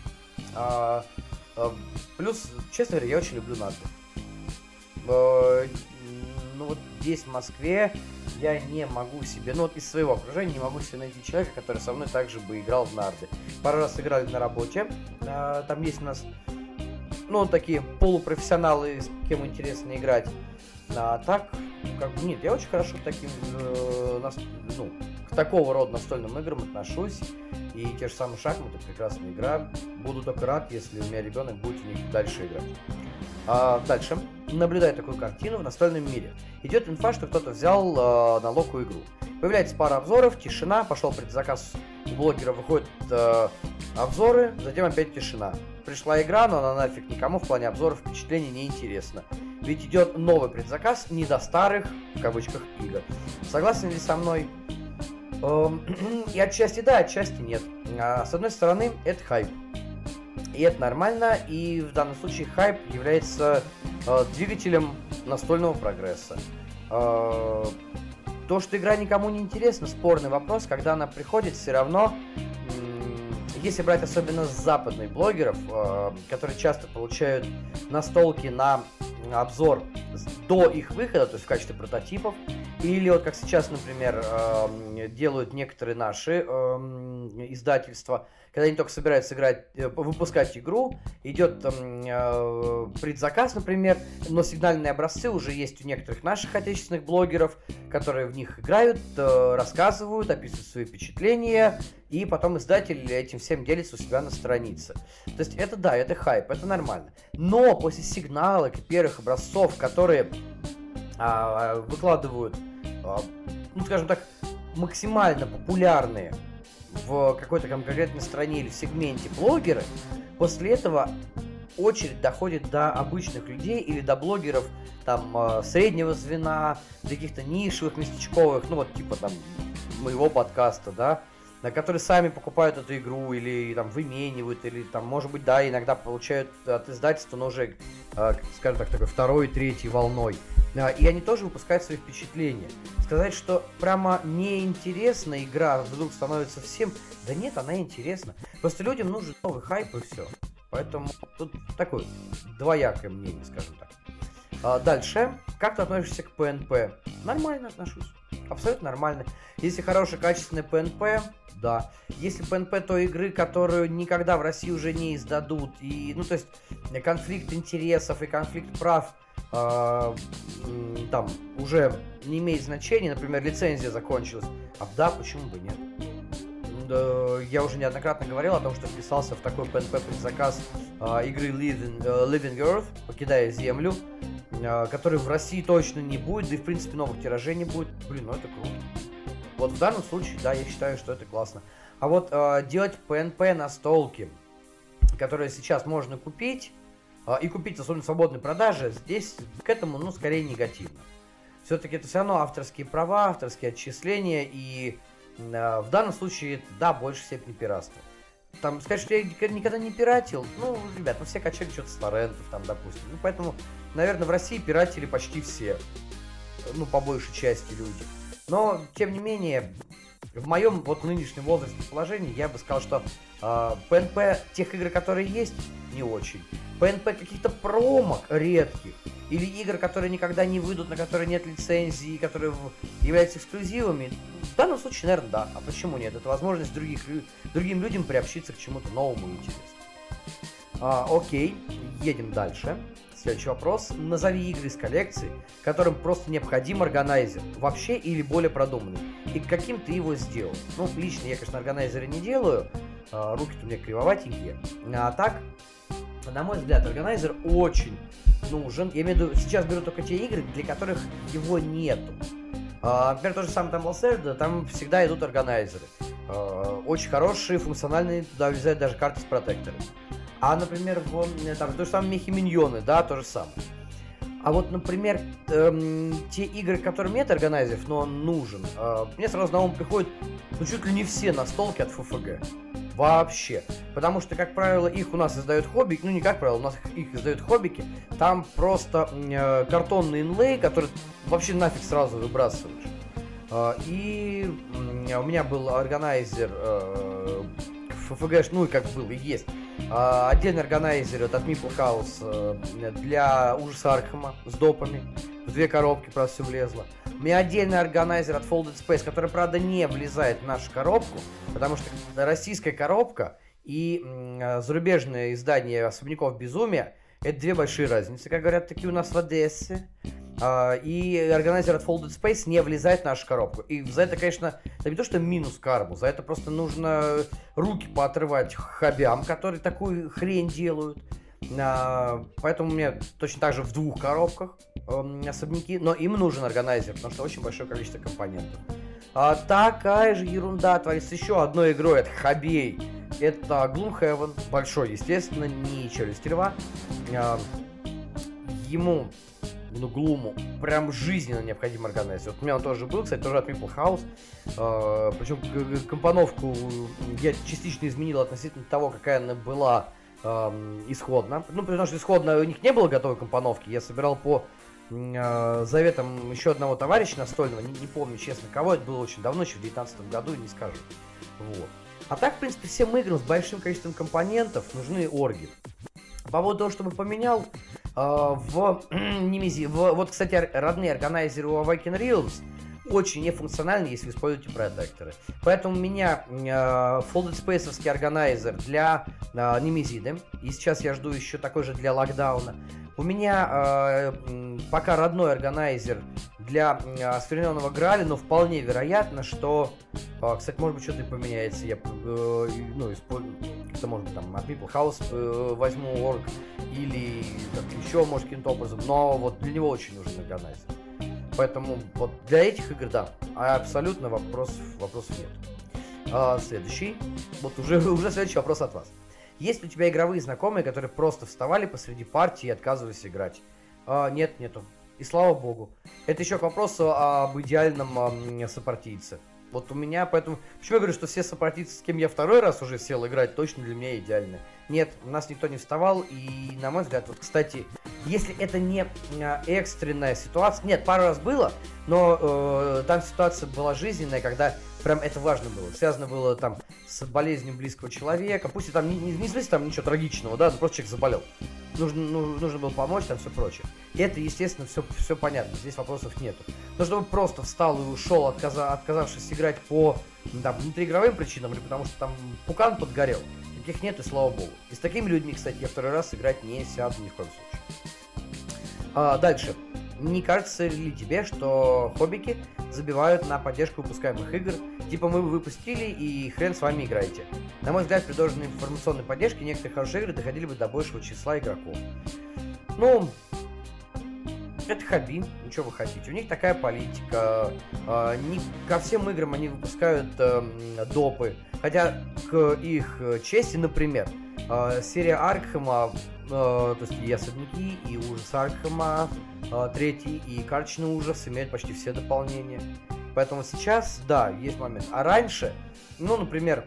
Плюс, честно говоря, я очень люблю нарды. Ну вот здесь, в Москве, я не могу себе, ну вот из своего окружения не могу себе найти человека, который со мной также бы играл в нарды. Пару раз играли на работе, там есть у нас, ну, такие полупрофессионалы, с кем интересно играть. А так, как бы, нет, я очень хорошо к таким, к такого рода настольным играм отношусь. И те же самые шахматы, прекрасная игра. Буду только рад, если у меня ребенок будет в них дальше играть. Дальше. Наблюдаю такую картину в настольном мире. Идет инфа, что кто-то взял налог игру. Появляется пара обзоров, тишина, пошел предзаказ, у блогера выходят обзоры, затем опять тишина. Пришла игра, но она нафиг никому в плане обзоров впечатлений не интересно. Ведь идет новый предзаказ не до старых, в кавычках, игр. Согласны ли со мной? И отчасти да, отчасти нет. С одной стороны, это хайп. И это нормально, и в данном случае хайп является двигателем настольного прогресса. То, что игра никому не интересна, спорный вопрос, когда она приходит, все равно, если брать особенно западных блогеров, которые часто получают настолки на обзор до их выхода, то есть в качестве прототипов, или вот как сейчас, например, делают некоторые наши издательства, когда они только собираются выпускать игру, идет предзаказ, например, но сигнальные образцы уже есть у некоторых наших отечественных блогеров, которые в них играют, рассказывают, описывают свои впечатления, и потом издатель этим всем делится у себя на странице. То есть это да, это хайп, это нормально. Но после сигналок и первых образцов, которые выкладывают, ну скажем так, максимально популярные в какой-то конкретной стране или в сегменте блогеры, после этого очередь доходит до обычных людей или до блогеров там среднего звена, до каких-то нишевых, местечковых, ну вот типа там моего подкаста, да, на которые сами покупают эту игру или там выменивают, или там, может быть, да, иногда получают от издательства, но уже, скажем так, такой второй, третьей волной. И они тоже выпускают свои впечатления. Сказать, что прямо неинтересна игра вдруг становится всем, да нет, она интересна. Просто людям нужен новый хайп и все. Поэтому тут такое двоякое мнение, скажем так. Дальше. Как ты относишься к ПНП? Нормально отношусь. Абсолютно нормально. Если хороший, качественный ПНП, да. Если ПНП той игры, которую никогда в России уже не издадут, и, ну, то есть, конфликт интересов и конфликт прав там уже не имеет значения, например, лицензия закончилась, да, почему бы нет? Я уже неоднократно говорил о том, что вписался в такой ПНП-предзаказ игры Living Earth, покидая Землю, который в России точно не будет, да и в принципе новых тиражей не будет. Блин, ну это круто. Вот в данном случае, да, я считаю, что это классно. А вот делать ПНП настолки, которые сейчас можно купить, и купить особенно в свободной продаже, здесь к этому, ну, скорее негативно. Все-таки это все равно авторские права, авторские отчисления, и в данном случае это, да, больше степени пиратства. Там, сказать, что я никогда не пиратил, ну, ребят, мы все качали что-то с торрентов, там, допустим. Ну, поэтому, наверное, в России пиратели почти все, ну, по большей части люди. Но, тем не менее, в моем вот нынешнем возрасте положении я бы сказал, что ПНП тех игр, которые есть, не очень. ПНП каких-то промок редких, или игр, которые никогда не выйдут, на которые нет лицензии, которые являются эксклюзивами, в данном случае, наверное, да. А почему нет? Это возможность другим людям приобщиться к чему-то новому и интересному. Окей, едем дальше. Следующий вопрос. Назови игры из коллекции, которым просто необходим органайзер, вообще или более продуманный. И каким ты его сделал? Ну, лично я, конечно, органайзеры не делаю, руки-то у меня кривоватенькие. А так, на мой взгляд, органайзер очень нужен. Я имею в виду, сейчас беру только те игры, для которых его нету. Например, тот же самый Tumble Thread, там всегда идут органайзеры. Очень хорошие, функциональные, туда влезают даже карты с протекторами. А, например, вон, там, то же самое Мехи-миньоны, да, то же самое. А вот, например, те игры, которым нет органайзеров, но он нужен, мне сразу на ум приходят, ну, чуть ли не все настолки от ФФГ. Вообще. Потому что, как правило, их у нас издают хоббики, ну, не как правило, у нас их издают хоббики, там просто картонный инлей, который вообще нафиг сразу выбрасываешь. И у меня был органайзер ФФГ, ну и как был, и есть. Отдельный органайзер от Meeple House для ужаса Аркхема с допами. В 2 коробки просто все влезло. У меня отдельный органайзер от Folded Space, который, правда, не влезает в нашу коробку, потому что российская коробка и зарубежное издание «Особняков безумия» — это 2 большие разницы, как говорят такие у нас в Одессе. И органайзер от Folded Space не влезает в нашу коробку. И за это, конечно, это не то, что минус карму, за это просто нужно руки поотрывать хоббям, которые такую хрень делают. Поэтому у меня точно так же в 2 коробках особняки, но им нужен органайзер, потому что очень большое количество компонентов. Такая же ерунда творится еще одной игрой от хоббей. Это Gloomhaven, большой, естественно, не Челюсть Льва. Ему, ну, Глуму, прям жизненно необходим органайзер. Вот у меня он тоже был, кстати, тоже от Meeple House. Причем компоновку я частично изменил относительно того, какая она была исходно. Ну, потому что исходно у них не было готовой компоновки. Я собирал по заветам еще одного товарища настольного. Не помню, честно, кого. Это было очень давно, еще в 2019 году, и не скажу. Вот. А так, в принципе, всем играм с большим количеством компонентов нужны орги. По поводу того, чтобы поменял, В Немези, вот, кстати, родные органайзеры у Awaken Realms очень нефункциональны, если вы используете протекторы. Поэтому у меня Folded Space-овский органайзер для Немезиды, и сейчас я жду еще такой же для Локдауна. У меня пока родной органайзер для Оскверненного Грааля, но вполне вероятно, что, кстати, может быть, что-то и поменяется. Я, использую, как-то, может быть, там, от Meeple House возьму орг, или еще, может, каким-то образом, но вот для него очень нужен органайзер. Поэтому вот для этих игр, да, абсолютно вопросов нет. Следующий, вот уже следующий вопрос от вас. Есть ли у тебя игровые знакомые, которые просто вставали посреди партии и отказывались играть? Нет, нету. И слава богу. Это еще к вопросу об идеальном сопартийце. Вот у меня, поэтому... Почему я говорю, что все сопартийцы, с кем я второй раз уже сел играть, точно для меня идеальны? Нет, у нас никто не вставал, и, на мой взгляд, вот, кстати, если это не экстренная ситуация... Нет, пару раз было, но там ситуация была жизненная, когда прям это важно было. Связано было там с болезнью близкого человека. Пусть и там не в смысле там ничего трагичного, да, но просто человек заболел. Нужно было помочь, там все прочее. И это, естественно, все понятно, здесь вопросов нету. Но чтобы просто встал и ушел, отказавшись играть по внутриигровым причинам, или потому что там пукан подгорел, таких нет, и слава богу. И с такими людьми, кстати, я второй раз играть не сяду ни в коем случае. Дальше. Не кажется ли тебе, что хоббики забивают на поддержку выпускаемых игр? Типа мы выпустили и хрен с вами играете. На мой взгляд, при должной информационной поддержке некоторые хорошие игры доходили бы до большего числа игроков. Ну, это хобби, ничего вы хотите. У них такая политика. Не ко всем играм они выпускают допы. Хотя к их чести, например, серия Аркхема, то есть и Особняки, и Ужас Аркхема, третий, и Карточный ужас имеют почти все дополнения. Поэтому сейчас, да, есть момент. А раньше, ну, например,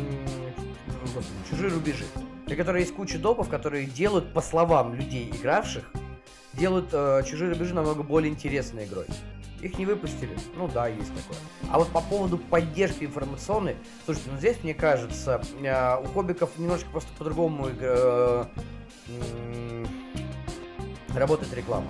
Чужие рубежи, для которых есть куча допов, которые делают, по словам людей, игравших, делают Чужие рубежи намного более интересной игрой. Их не выпустили? Ну да, есть такое. А вот по поводу поддержки информационной, слушайте, ну здесь, мне кажется, у хоббиков немножко просто по-другому работает реклама.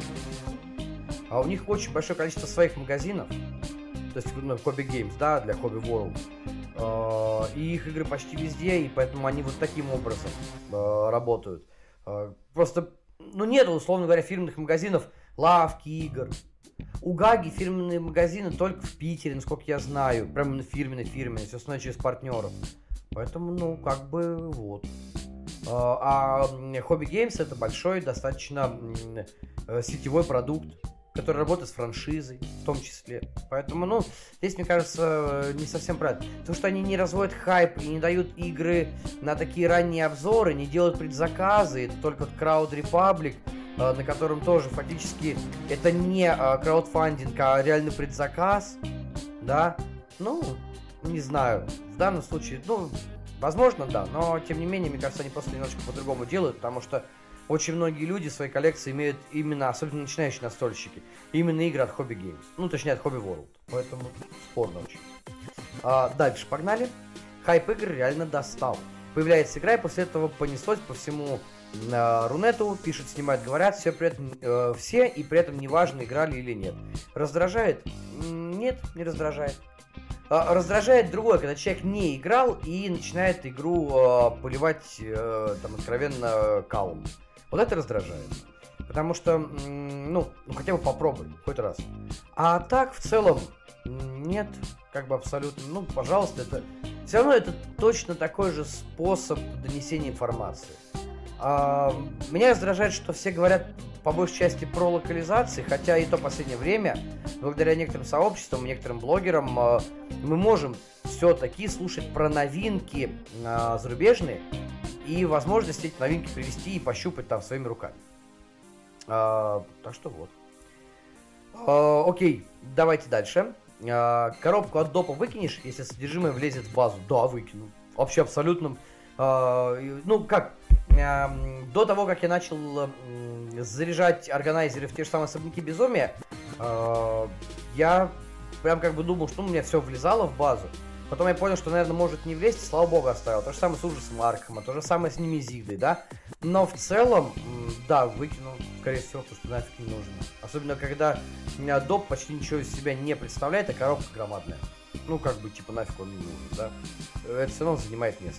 А у них очень большое количество своих магазинов, то есть Hobby Games, да, для Hobby World. И их игры почти везде, и поэтому они вот таким образом работают. Просто, ну, нет, условно говоря, фирменных магазинов, лавки игр. У Гаги фирменные магазины только в Питере, насколько я знаю. Прям фирменные, все остальное через партнеров. Поэтому, ну, как бы, вот. А Hobby Games это большой, достаточно сетевой продукт, который работает с франшизой, в том числе. Поэтому, ну, здесь, мне кажется, не совсем правильно. Потому что они не разводят хайп и не дают игры на такие ранние обзоры, не делают предзаказы. Это только Crowd Republic, на котором тоже фактически это не краудфандинг, а реальный предзаказ. Да? Ну, не знаю. В данном случае, ну, возможно, да. Но, тем не менее, мне кажется, они просто немножко по-другому делают, потому что очень многие люди в своей коллекции имеют именно, особенно начинающие настольщики, именно игры от Hobby Games. Ну, точнее, от Hobby World. Поэтому спорно очень. Дальше, погнали. Хайп игр реально достал. Появляется игра, и после этого понеслось по всему Рунету, пишут, снимают, говорят, все и при этом неважно, играли или нет. Раздражает? Нет, не раздражает. Раздражает другое, когда человек не играл и начинает игру поливать там откровенно калом. Вот это раздражает. Потому что, ну, хотя бы попробуй, хоть раз. А так, в целом, нет, как бы абсолютно, ну, пожалуйста, это... Все равно это точно такой же способ донесения информации. Меня раздражает, что все говорят по большей части про локализации, хотя и то последнее время, благодаря некоторым сообществам, некоторым блогерам, мы можем все-таки слушать про новинки зарубежные и возможность эти новинки привести и пощупать там своими руками. Так что вот. Окей, давайте дальше. Коробку от допа выкинешь, если содержимое влезет в базу? Да, выкину. Вообще абсолютно. Ну, как? До того, как я начал заряжать органайзеры в те же самые особняки безумия, я прям как бы думал, что у меня все влезало в базу. Потом я понял, что, наверное, может не влезть, и слава богу, оставил. То же самое с Ужасом Аркхема, то же самое с Немезидой, да? Но в целом, да, выкинул. скорее всего, потому что нафиг не нужно. Особенно, когда доп почти ничего из себя не представляет, а коробка громадная. Ну, как бы, типа, нафиг он не нужен, да? Это все равно занимает место.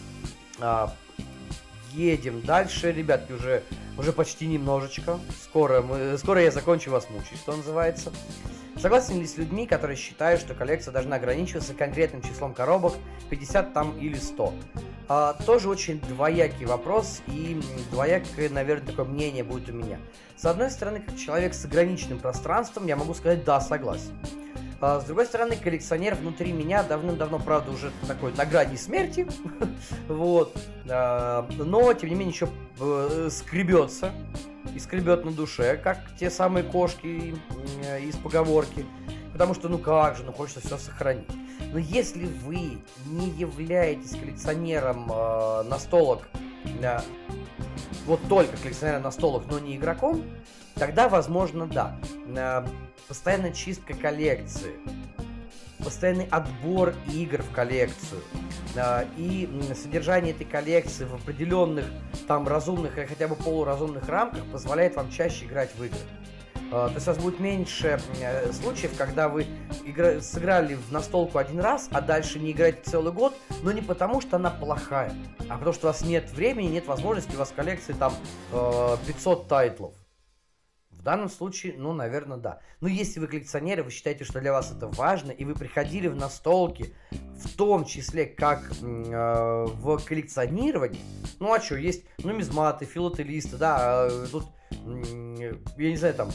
Едем дальше, ребятки, уже почти немножечко. Скоро я закончу вас мучить, что называется. Согласен ли с людьми, которые считают, что коллекция должна ограничиваться конкретным числом коробок, 50 там или 100? Тоже очень двоякий вопрос, и двоякое, наверное, такое мнение будет у меня. С одной стороны, как человек с ограниченным пространством, я могу сказать, да, согласен. С другой стороны, коллекционер внутри меня давным-давно, правда, уже такой на грани смерти, вот, но, тем не менее, еще скребется, и скребет на душе, как те самые кошки из поговорки, потому что, ну как же, ну хочется все сохранить. Но если вы не являетесь коллекционером настолок, вот только коллекционером настолок, но не игроком, тогда, возможно, да. Постоянная чистка коллекции, постоянный отбор игр в коллекцию и содержание этой коллекции в определенных там разумных или хотя бы полуразумных рамках позволяет вам чаще играть в игры. То есть у вас будет меньше случаев, когда вы сыграли в настолку один раз, а дальше не играете целый год, но не потому, что она плохая, а потому что у вас нет времени, нет возможности, у вас в коллекции там 500 тайтлов. В данном случае, ну, наверное, да. Но если вы коллекционеры, вы считаете, что для вас это важно, и вы приходили в настолки, в том числе как в коллекционировании, ну, а что, есть нумизматы, филателисты, да, тут, я не знаю, там,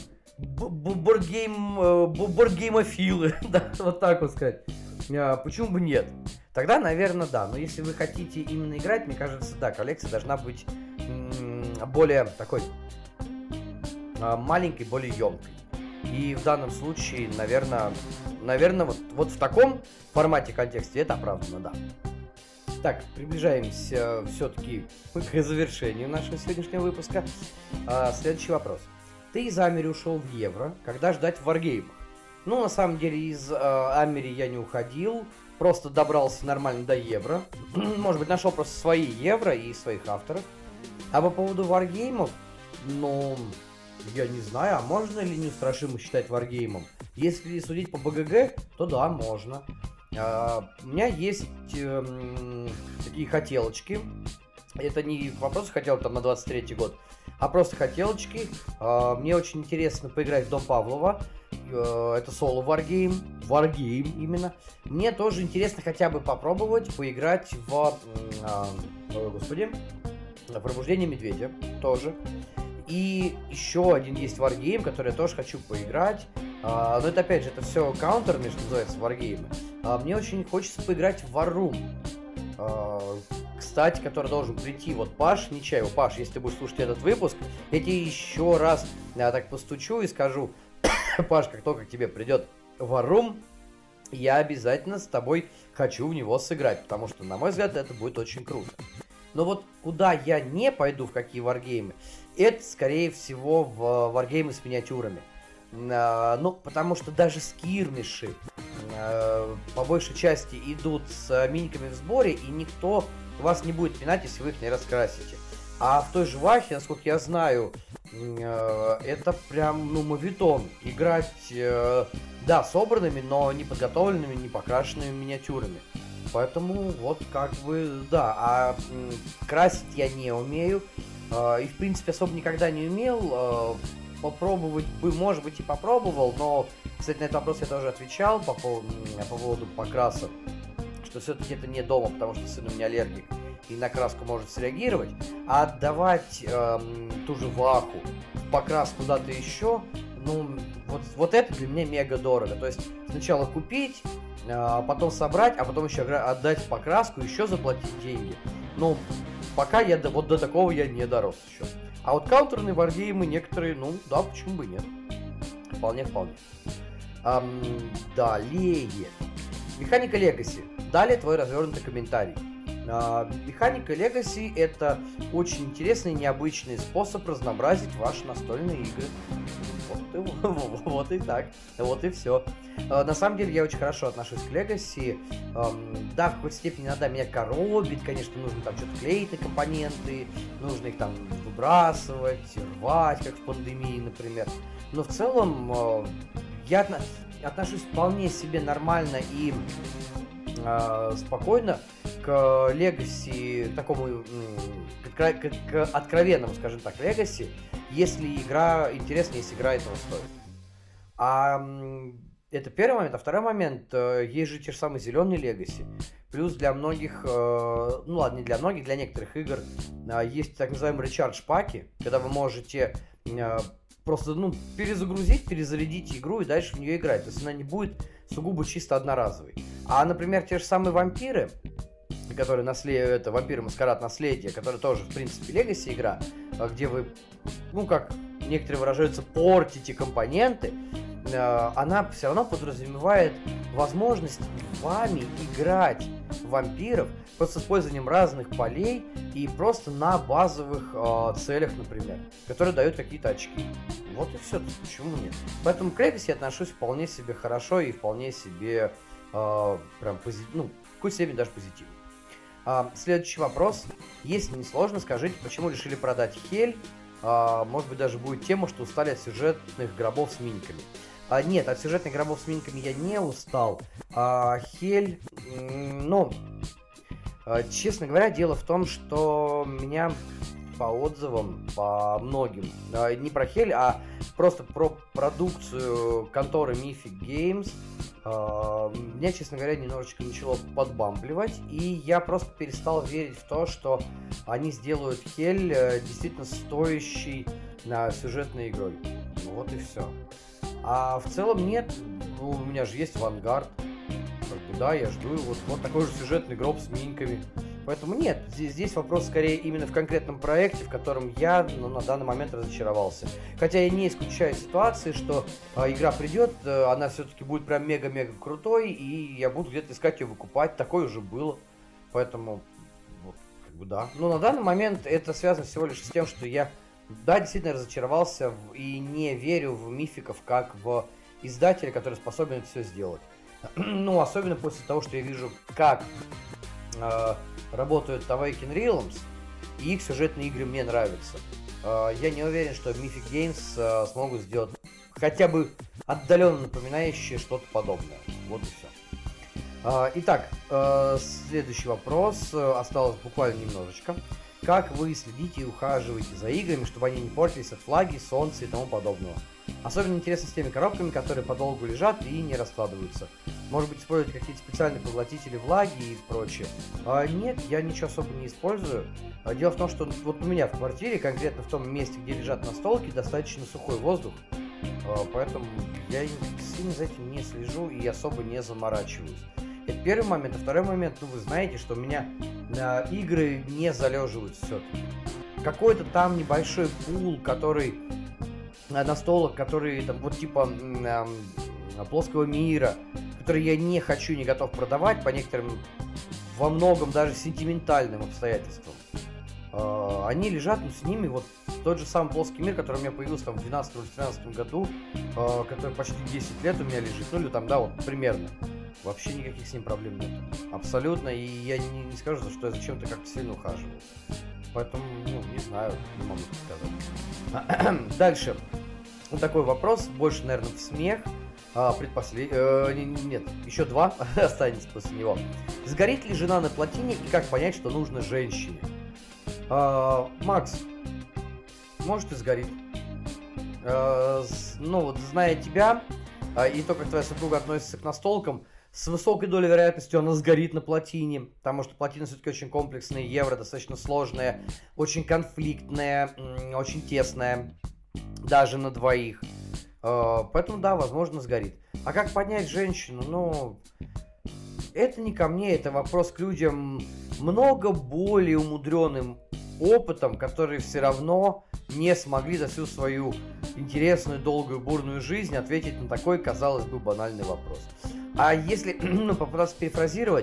бордгеймофилы, да, вот так вот сказать. Почему бы нет? Тогда, наверное, да. Но если вы хотите именно играть, мне кажется, да, коллекция должна быть более такой маленькой, более емкой. И в данном случае, наверное, вот в таком формате, контексте это оправдано, да. Так, приближаемся все-таки к завершению нашего сегодняшнего выпуска. Следующий вопрос. Ты из Амери ушел в Евро, когда ждать в варгеймах? Ну, на самом деле, из Амери я не уходил, просто добрался нормально до Евро. Может быть, нашел просто свои Евро и своих авторов. А по поводу варгеймов, ну, я не знаю, а можно ли Неустрашимый считать варгеймом? Если судить по БГГ, то да, можно. У меня есть такие хотелочки. Это не вопрос хотел там на 23-й год, а просто хотелочки. Мне очень интересно поиграть в Дом Павлова. Это соло варгейм именно. Мне тоже интересно хотя бы попробовать поиграть в Пробуждение медведя тоже. И еще один есть варгейм, который я тоже хочу поиграть. Но это опять же, это все каунтерами, что называется, варгеймы. Мне очень хочется поиграть в War Room. Кстати, который должен прийти. Вот Паш Нечаев. Паш, если ты будешь слушать этот выпуск, я тебе еще раз так постучу и скажу: Паш, как только к тебе придет War Room, я обязательно с тобой хочу в него сыграть. Потому что, на мой взгляд, это будет очень круто. Но вот куда я не пойду, в какие варгеймы, это, скорее всего, в варгеймы с миниатюрами. Ну, потому что даже скирмиши по большей части идут с миниками в сборе, и никто вас не будет пинать, если вы их не раскрасите. А в той же Вахе, насколько я знаю, это прям, ну, моветон. Играть, да, собранными, но не подготовленными, не покрашенными миниатюрами. Поэтому вот как бы, да, а красить я не умею. И, в принципе, особо никогда не умел. Попробовать бы, может быть, и попробовал, но, кстати, на этот вопрос я тоже отвечал по поводу покраса, что все-таки это не дома, потому что сын у меня аллергик и на краску может среагировать. А отдавать ту же Ваху в покрас куда-то еще, ну, вот это для меня мега дорого. То есть сначала купить, потом собрать, а потом еще отдать в покраску, еще заплатить деньги. Ну, пока я вот до такого я не дорос еще. А вот каунтерные варгеймы некоторые, ну да, почему бы и нет. Вполне. Далее. Механика Legacy. Далее твой развернутый комментарий. Механика Legacy — это очень интересный и необычный способ разнообразить ваши настольные игры. Вот и так. Вот и все. На самом деле я очень хорошо отношусь к Legacy. Да, в какой-то степени иногда меня коробит. Конечно, нужно там что-то клеить на компоненты, нужно их там выбрасывать, рвать, как в пандемии, например. Но в целом я отношусь вполне себе нормально и спокойно к легаси, такому, к откровенному, скажем так, легаси, если игра интересна, если игра этого стоит. Это первый момент. А второй момент, есть же те же самые зеленые легаси. Плюс для многих, ну ладно, не для многих, для некоторых игр есть так называемые recharge-паки, когда вы можете просто перезагрузить, перезарядить игру и дальше в нее играть. То есть она не будет сугубо чисто одноразовой. А, например, те же самые вампиры, которые это вампиры Маскарад Наследие, которые тоже, в принципе, легаси игра, где вы, как некоторые выражаются, портите компоненты, она все равно подразумевает возможность вами играть в вампиров просто с использованием разных полей и просто на базовых целях, например, которые дают какие-то очки. Вот и все, почему нет? Поэтому к Legacy я отношусь вполне себе хорошо и вполне себе прям в какой-то степени даже позитивно. Следующий вопрос. Если не сложно, скажите, почему решили продать Хель? Может быть, даже будет тема, что устали от сюжетных гробов с миниками. Нет, от сюжетных гробов с миниками я не устал. Хель, честно говоря, дело в том, что меня по отзывам, по многим, не про Хель, а просто про продукцию конторы Mythic Games, меня, честно говоря, немножечко начало подбамбливать, и я просто перестал верить в то, что они сделают Хель действительно стоящей сюжетной игрой. Вот и все. А в целом нет, у меня же есть Vanguard, да, я жду вот такой же сюжетный гроб с миньками. Поэтому нет, здесь вопрос скорее именно в конкретном проекте, в котором я на данный момент разочаровался. Хотя я не исключаю ситуации, что игра придет, она все-таки будет прям мега-мега крутой, и я буду где-то искать ее выкупать, такое уже было. Поэтому, да. Но на данный момент это связано всего лишь с тем, что я, да, действительно разочаровался и не верю в мификов как в издателя, который способен это все сделать. Особенно после того, что я вижу, как работают Awaken Realms, и их сюжетные игры мне нравятся. Я не уверен, что Mythic Games смогут сделать хотя бы отдаленно напоминающее что-то подобное. Вот и все. Итак, следующий вопрос. Осталось буквально немножечко. Как вы следите и ухаживаете за играми, чтобы они не портились от влаги, солнца и тому подобного? Особенно интересно с теми коробками, которые подолгу лежат и не раскладываются. Может быть, используете какие-то специальные поглотители влаги и прочее? Нет, я ничего особо не использую. Дело в том, что вот у меня в квартире, конкретно в том месте, где лежат настолки, достаточно сухой воздух. Поэтому я сильно за этим не слежу и особо не заморачиваюсь. Это первый момент. А второй момент, вы знаете, что у меня игры не залеживаются все-таки. Какой-то там небольшой пул, который настолок, которые там вот типа плоского мира, который я не хочу, не готов продавать по некоторым, во многом даже сентиментальным обстоятельствам. Они лежат, с ними вот тот же самый плоский мир, который у меня появился там в 2012 или 2013 году, который почти 10 лет у меня лежит, или там, да, вот примерно. Вообще никаких с ним проблем нет. Абсолютно, и я не скажу, что я зачем-то как-то сильно ухаживаю. Поэтому, не знаю, не могу сказать. Дальше. Вот такой вопрос, больше, наверное, в смех. Нет, еще два останется после него. Сгорит ли жена на плотине и как понять, что нужно женщине? Макс, может и сгорит. Зная тебя и то, как твоя супруга относится к настолкам, с высокой долей вероятности она сгорит на плотине, потому что плотина все-таки очень комплексная, евро достаточно сложная, очень конфликтная, очень тесная, даже на двоих. Поэтому, да, возможно, сгорит. А как понять женщину? Это не ко мне, это вопрос к людям много более умудренным опытом, которые все равно не смогли за всю свою интересную, долгую, бурную жизнь ответить на такой, казалось бы, банальный вопрос. А если попытаться перефразировать,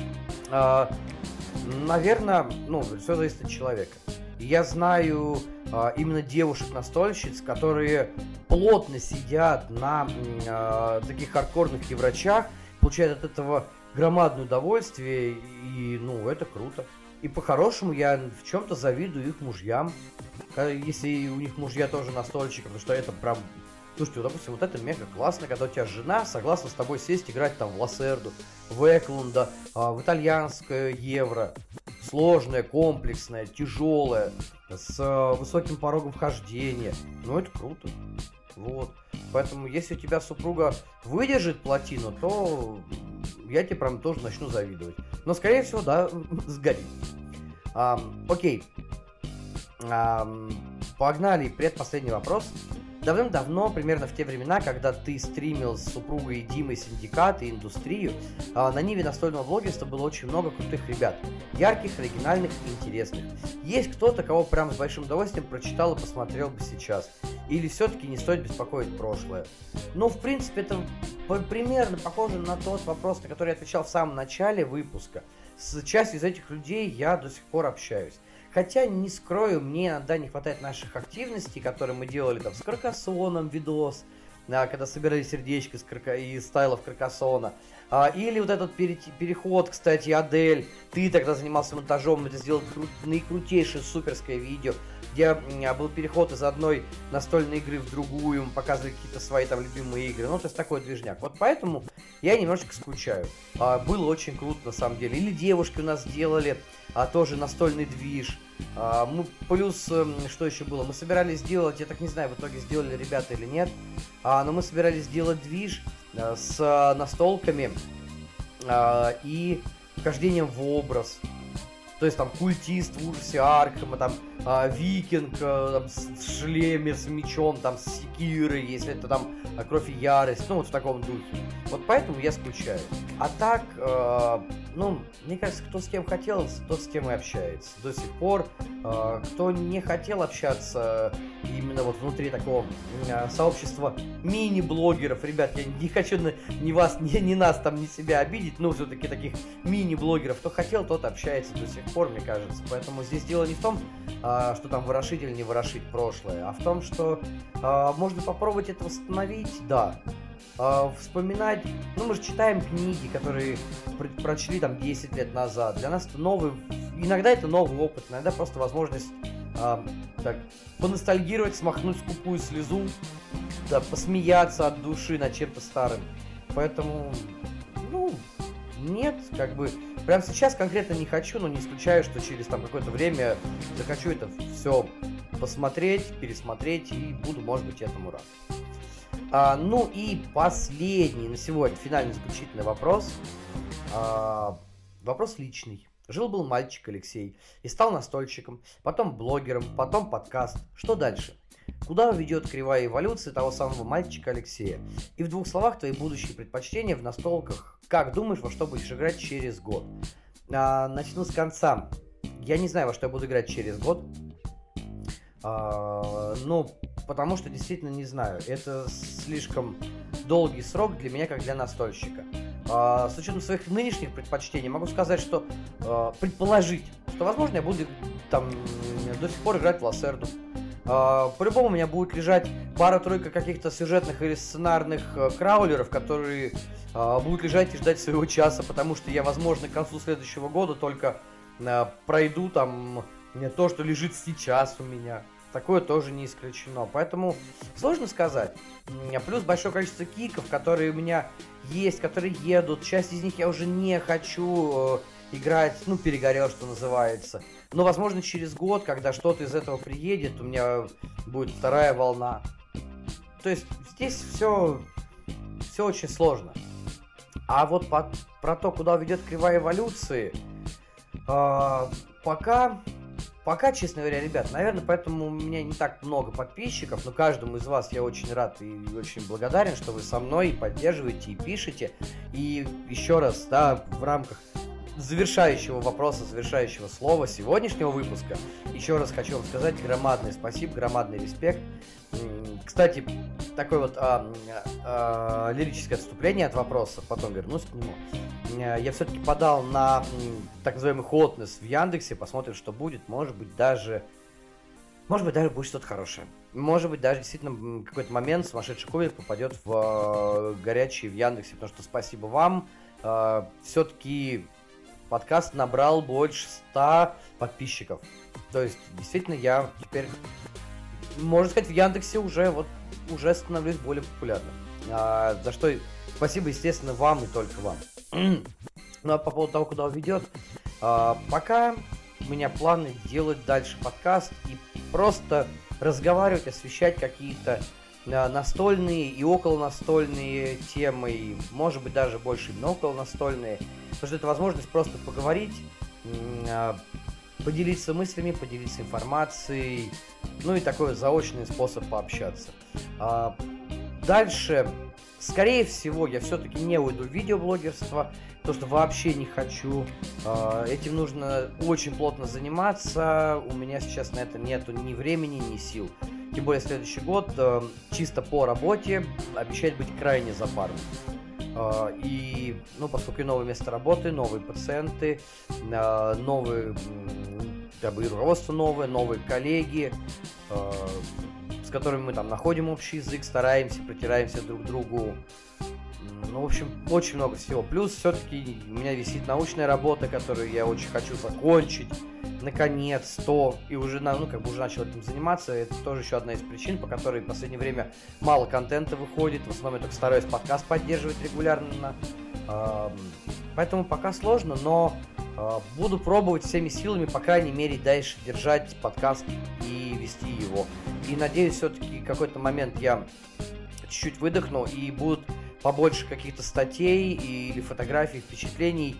наверное, все зависит от человека. Я знаю именно девушек-настольщиц, которые плотно сидят на таких хардкорных еврачах, получают от этого громадное удовольствие, и, это круто. И по-хорошему я в чем-то завидую их мужьям. Если у них мужья тоже настольщики, потому что это прям... Слушайте, вот, допустим, вот это мега классно, когда у тебя жена согласна с тобой сесть играть там в Лассерду, в Эклунда, в итальянское евро. Сложное, комплексное, тяжелое, с высоким порогом вхождения. Ну, это круто. Вот. Поэтому, если у тебя супруга выдержит плотину, то я тебе прям тоже начну завидовать. Но, скорее всего, да, сгорит. Окей. Погнали. Предпоследний вопрос. Давным-давно, примерно в те времена, когда ты стримил с супругой Димой Синдикат и Индустрию, на ниве настольного блогерства было очень много крутых ребят. Ярких, оригинальных и интересных. Есть кто-то, кого прям с большим удовольствием прочитал и посмотрел бы сейчас? Или все-таки не стоит беспокоить прошлое? Ну, в принципе, это примерно похоже на тот вопрос, на который я отвечал в самом начале выпуска. С частью из этих людей я до сих пор общаюсь. Хотя, не скрою, мне иногда не хватает наших активностей, которые мы делали там с Каркасоном, видос, когда собирали сердечко из стайлов Каркасона. Или вот этот переход, кстати, Адель, ты тогда занимался монтажом, это сделал наикрутейшее суперское видео, где был переход из одной настольной игры в другую, мы показывали какие-то свои там любимые игры, ну, то есть такой движняк. Вот поэтому я немножечко скучаю. Было очень круто, на самом деле. Или девушки у нас делали тоже настольный движ. Мы, плюс, что еще было? Мы собирались сделать, я так не знаю, в итоге сделали ребята или нет, но мы собирались сделать движ с настолками и вхождением в образ. То есть там культист в ужасе Аркхема, там викинг там, с шлеме, с мечом, там с секирой, если это там кровь и ярость, ну вот в таком духе. Вот поэтому я скучаю. А так, ну, мне кажется, кто с кем хотел, тот с кем и общается. До сих пор, кто не хотел общаться именно вот внутри такого сообщества мини-блогеров, ребят, я не хочу ни вас, ни нас там, ни себя обидеть, но все-таки таких мини-блогеров, кто хотел, тот общается до сих пор, мне кажется. Поэтому здесь дело не в том, что там ворошить или не ворошить прошлое, а в том, что можно попробовать это восстановить, да. Вспоминать, ну мы же читаем книги, которые прочли там 10 лет назад. Для нас это новый, иногда это новый опыт, иногда просто возможность так, поностальгировать, смахнуть скупую слезу, да, посмеяться от души над чем-то старым. Поэтому, ну, нет, как бы, прямо сейчас конкретно не хочу, но не исключаю, что через там какое-то время захочу это все посмотреть, пересмотреть и буду, может быть, этому рад. Ну и последний на сегодня, финальный заключительный вопрос. Вопрос личный. Жил-был мальчик Алексей и стал настольщиком, потом блогером, потом подкаст. Что дальше? Куда уведет кривая эволюции того самого мальчика Алексея? И в двух словах твои будущие предпочтения в настолках. Как думаешь, во что будешь играть через год? Начну с конца. Я не знаю, во что я буду играть через год. Ну, потому что действительно не знаю. Это слишком долгий срок для меня, как для настольщика. С учетом своих нынешних предпочтений могу сказать, что предположить, что, возможно, я буду там до сих пор играть в Лассерду. По-любому у меня будет лежать пара-тройка каких-то сюжетных или сценарных краулеров, которые будут лежать и ждать своего часа, потому что я, возможно, к концу следующего года только пройду там то, что лежит сейчас у меня. Такое тоже не исключено. Поэтому сложно сказать. Плюс большое количество киков, которые у меня есть, которые едут. Часть из них я уже не хочу играть, ну, перегорел, что называется. Но, возможно, через год, когда что-то из этого приедет, у меня будет вторая волна. То есть здесь все очень сложно. А вот про то, куда ведет кривая эволюции, Пока, честно говоря, ребят, наверное, поэтому у меня не так много подписчиков, но каждому из вас я очень рад и очень благодарен, что вы со мной поддерживаете и пишете. И еще раз, да, в рамках завершающего вопроса, завершающего слова сегодняшнего выпуска, еще раз хочу вам сказать громадное спасибо, громадный респект. Кстати, такое вот лирическое отступление от вопроса, потом вернусь к нему. Я все-таки подал на так называемый хотнес в Яндексе, посмотрим, что будет. Может быть, даже будет что-то хорошее. Может быть, даже действительно какой-то момент сумасшедший ковид попадет в горячие в Яндексе, потому что спасибо вам. Все-таки подкаст набрал больше 100 подписчиков. То есть, действительно, я теперь, можно сказать, в Яндексе уже становлюсь более популярным. За что спасибо, естественно, вам и только вам. Ну а по поводу того, куда он ведет, пока у меня планы делать дальше подкаст и просто разговаривать, освещать какие-то настольные и околонастольные темы, и, может быть, даже больше именно околонастольные, потому что это возможность просто поговорить, поделиться мыслями, поделиться информацией, ну и такой заочный способ пообщаться. Дальше, скорее всего, я все-таки не уйду в видеоблогерство, потому что вообще не хочу. Этим нужно очень плотно заниматься, у меня сейчас на это нету ни времени, ни сил. Тем более следующий год чисто по работе обещает быть крайне запарным. И, поскольку новое место работы, новые пациенты, новые, руководство новые коллеги, с которыми мы там находим общий язык, стараемся, протираемся друг к другу. В общем, очень много всего. Плюс все-таки у меня висит научная работа, которую я очень хочу закончить. Наконец-то. И уже, уже начал этим заниматься. Это тоже еще одна из причин, по которой в последнее время мало контента выходит. В основном я только стараюсь подкаст поддерживать регулярно. Поэтому пока сложно, но буду пробовать всеми силами, по крайней мере, дальше держать подкаст и вести его. И надеюсь, все-таки в какой-то момент я чуть-чуть выдохну и будут побольше каких-то статей или фотографий, впечатлений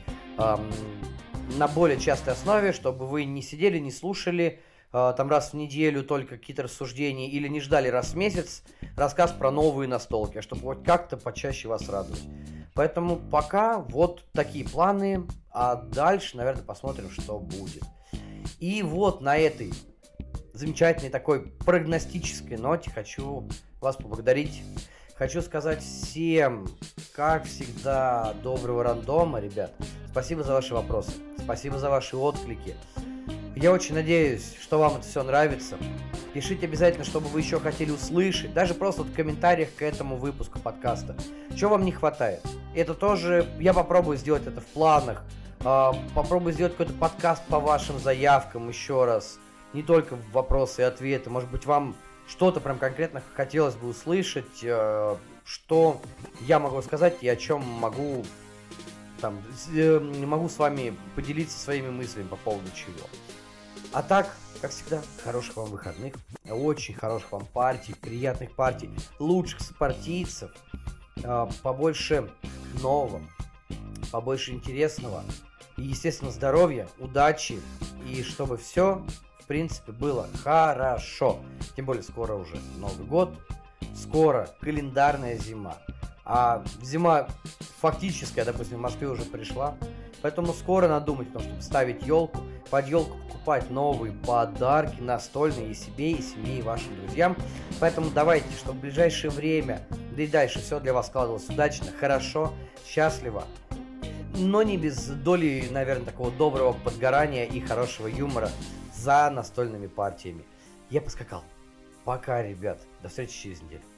на более частой основе, чтобы вы не сидели, не слушали там раз в неделю только какие-то рассуждения или не ждали раз в месяц рассказ про новые настолки, а чтобы хоть как-то почаще вас радовать. Поэтому пока вот такие планы, а дальше, наверное, посмотрим, что будет. И вот на этой замечательной такой прогностической ноте хочу вас поблагодарить. Хочу сказать всем, как всегда, доброго рандома, ребят. Спасибо за ваши вопросы, спасибо за ваши отклики. Я очень надеюсь, что вам это все нравится. Пишите обязательно, что бы вы еще хотели услышать, даже просто в комментариях к этому выпуску подкаста. Что вам не хватает? Это тоже, я попробую сделать это в планах. Попробую сделать какой-то подкаст по вашим заявкам еще раз. Не только вопросы и ответы. Может быть, вам что-то прям конкретно хотелось бы услышать, что я могу сказать и о чем могу с вами поделиться своими мыслями по поводу чего. А так, как всегда, хороших вам выходных, очень хороших вам партий, приятных партий, лучших спортивцев, побольше нового, побольше интересного и, естественно, здоровья, удачи и чтобы все, в принципе, было хорошо. Тем более, скоро уже Новый год, скоро календарная зима. А зима фактически, допустим, в Москве уже пришла. Поэтому скоро надо думать о том, чтобы ставить елку, под елку покупать новые подарки настольные и себе, и семье, и вашим друзьям. Поэтому давайте, чтобы в ближайшее время, да и дальше все для вас складывалось удачно, хорошо, счастливо. Но не без доли, наверное, такого доброго подгорания и хорошего юмора за настольными партиями. Я поскакал. Пока, ребят. До встречи через неделю.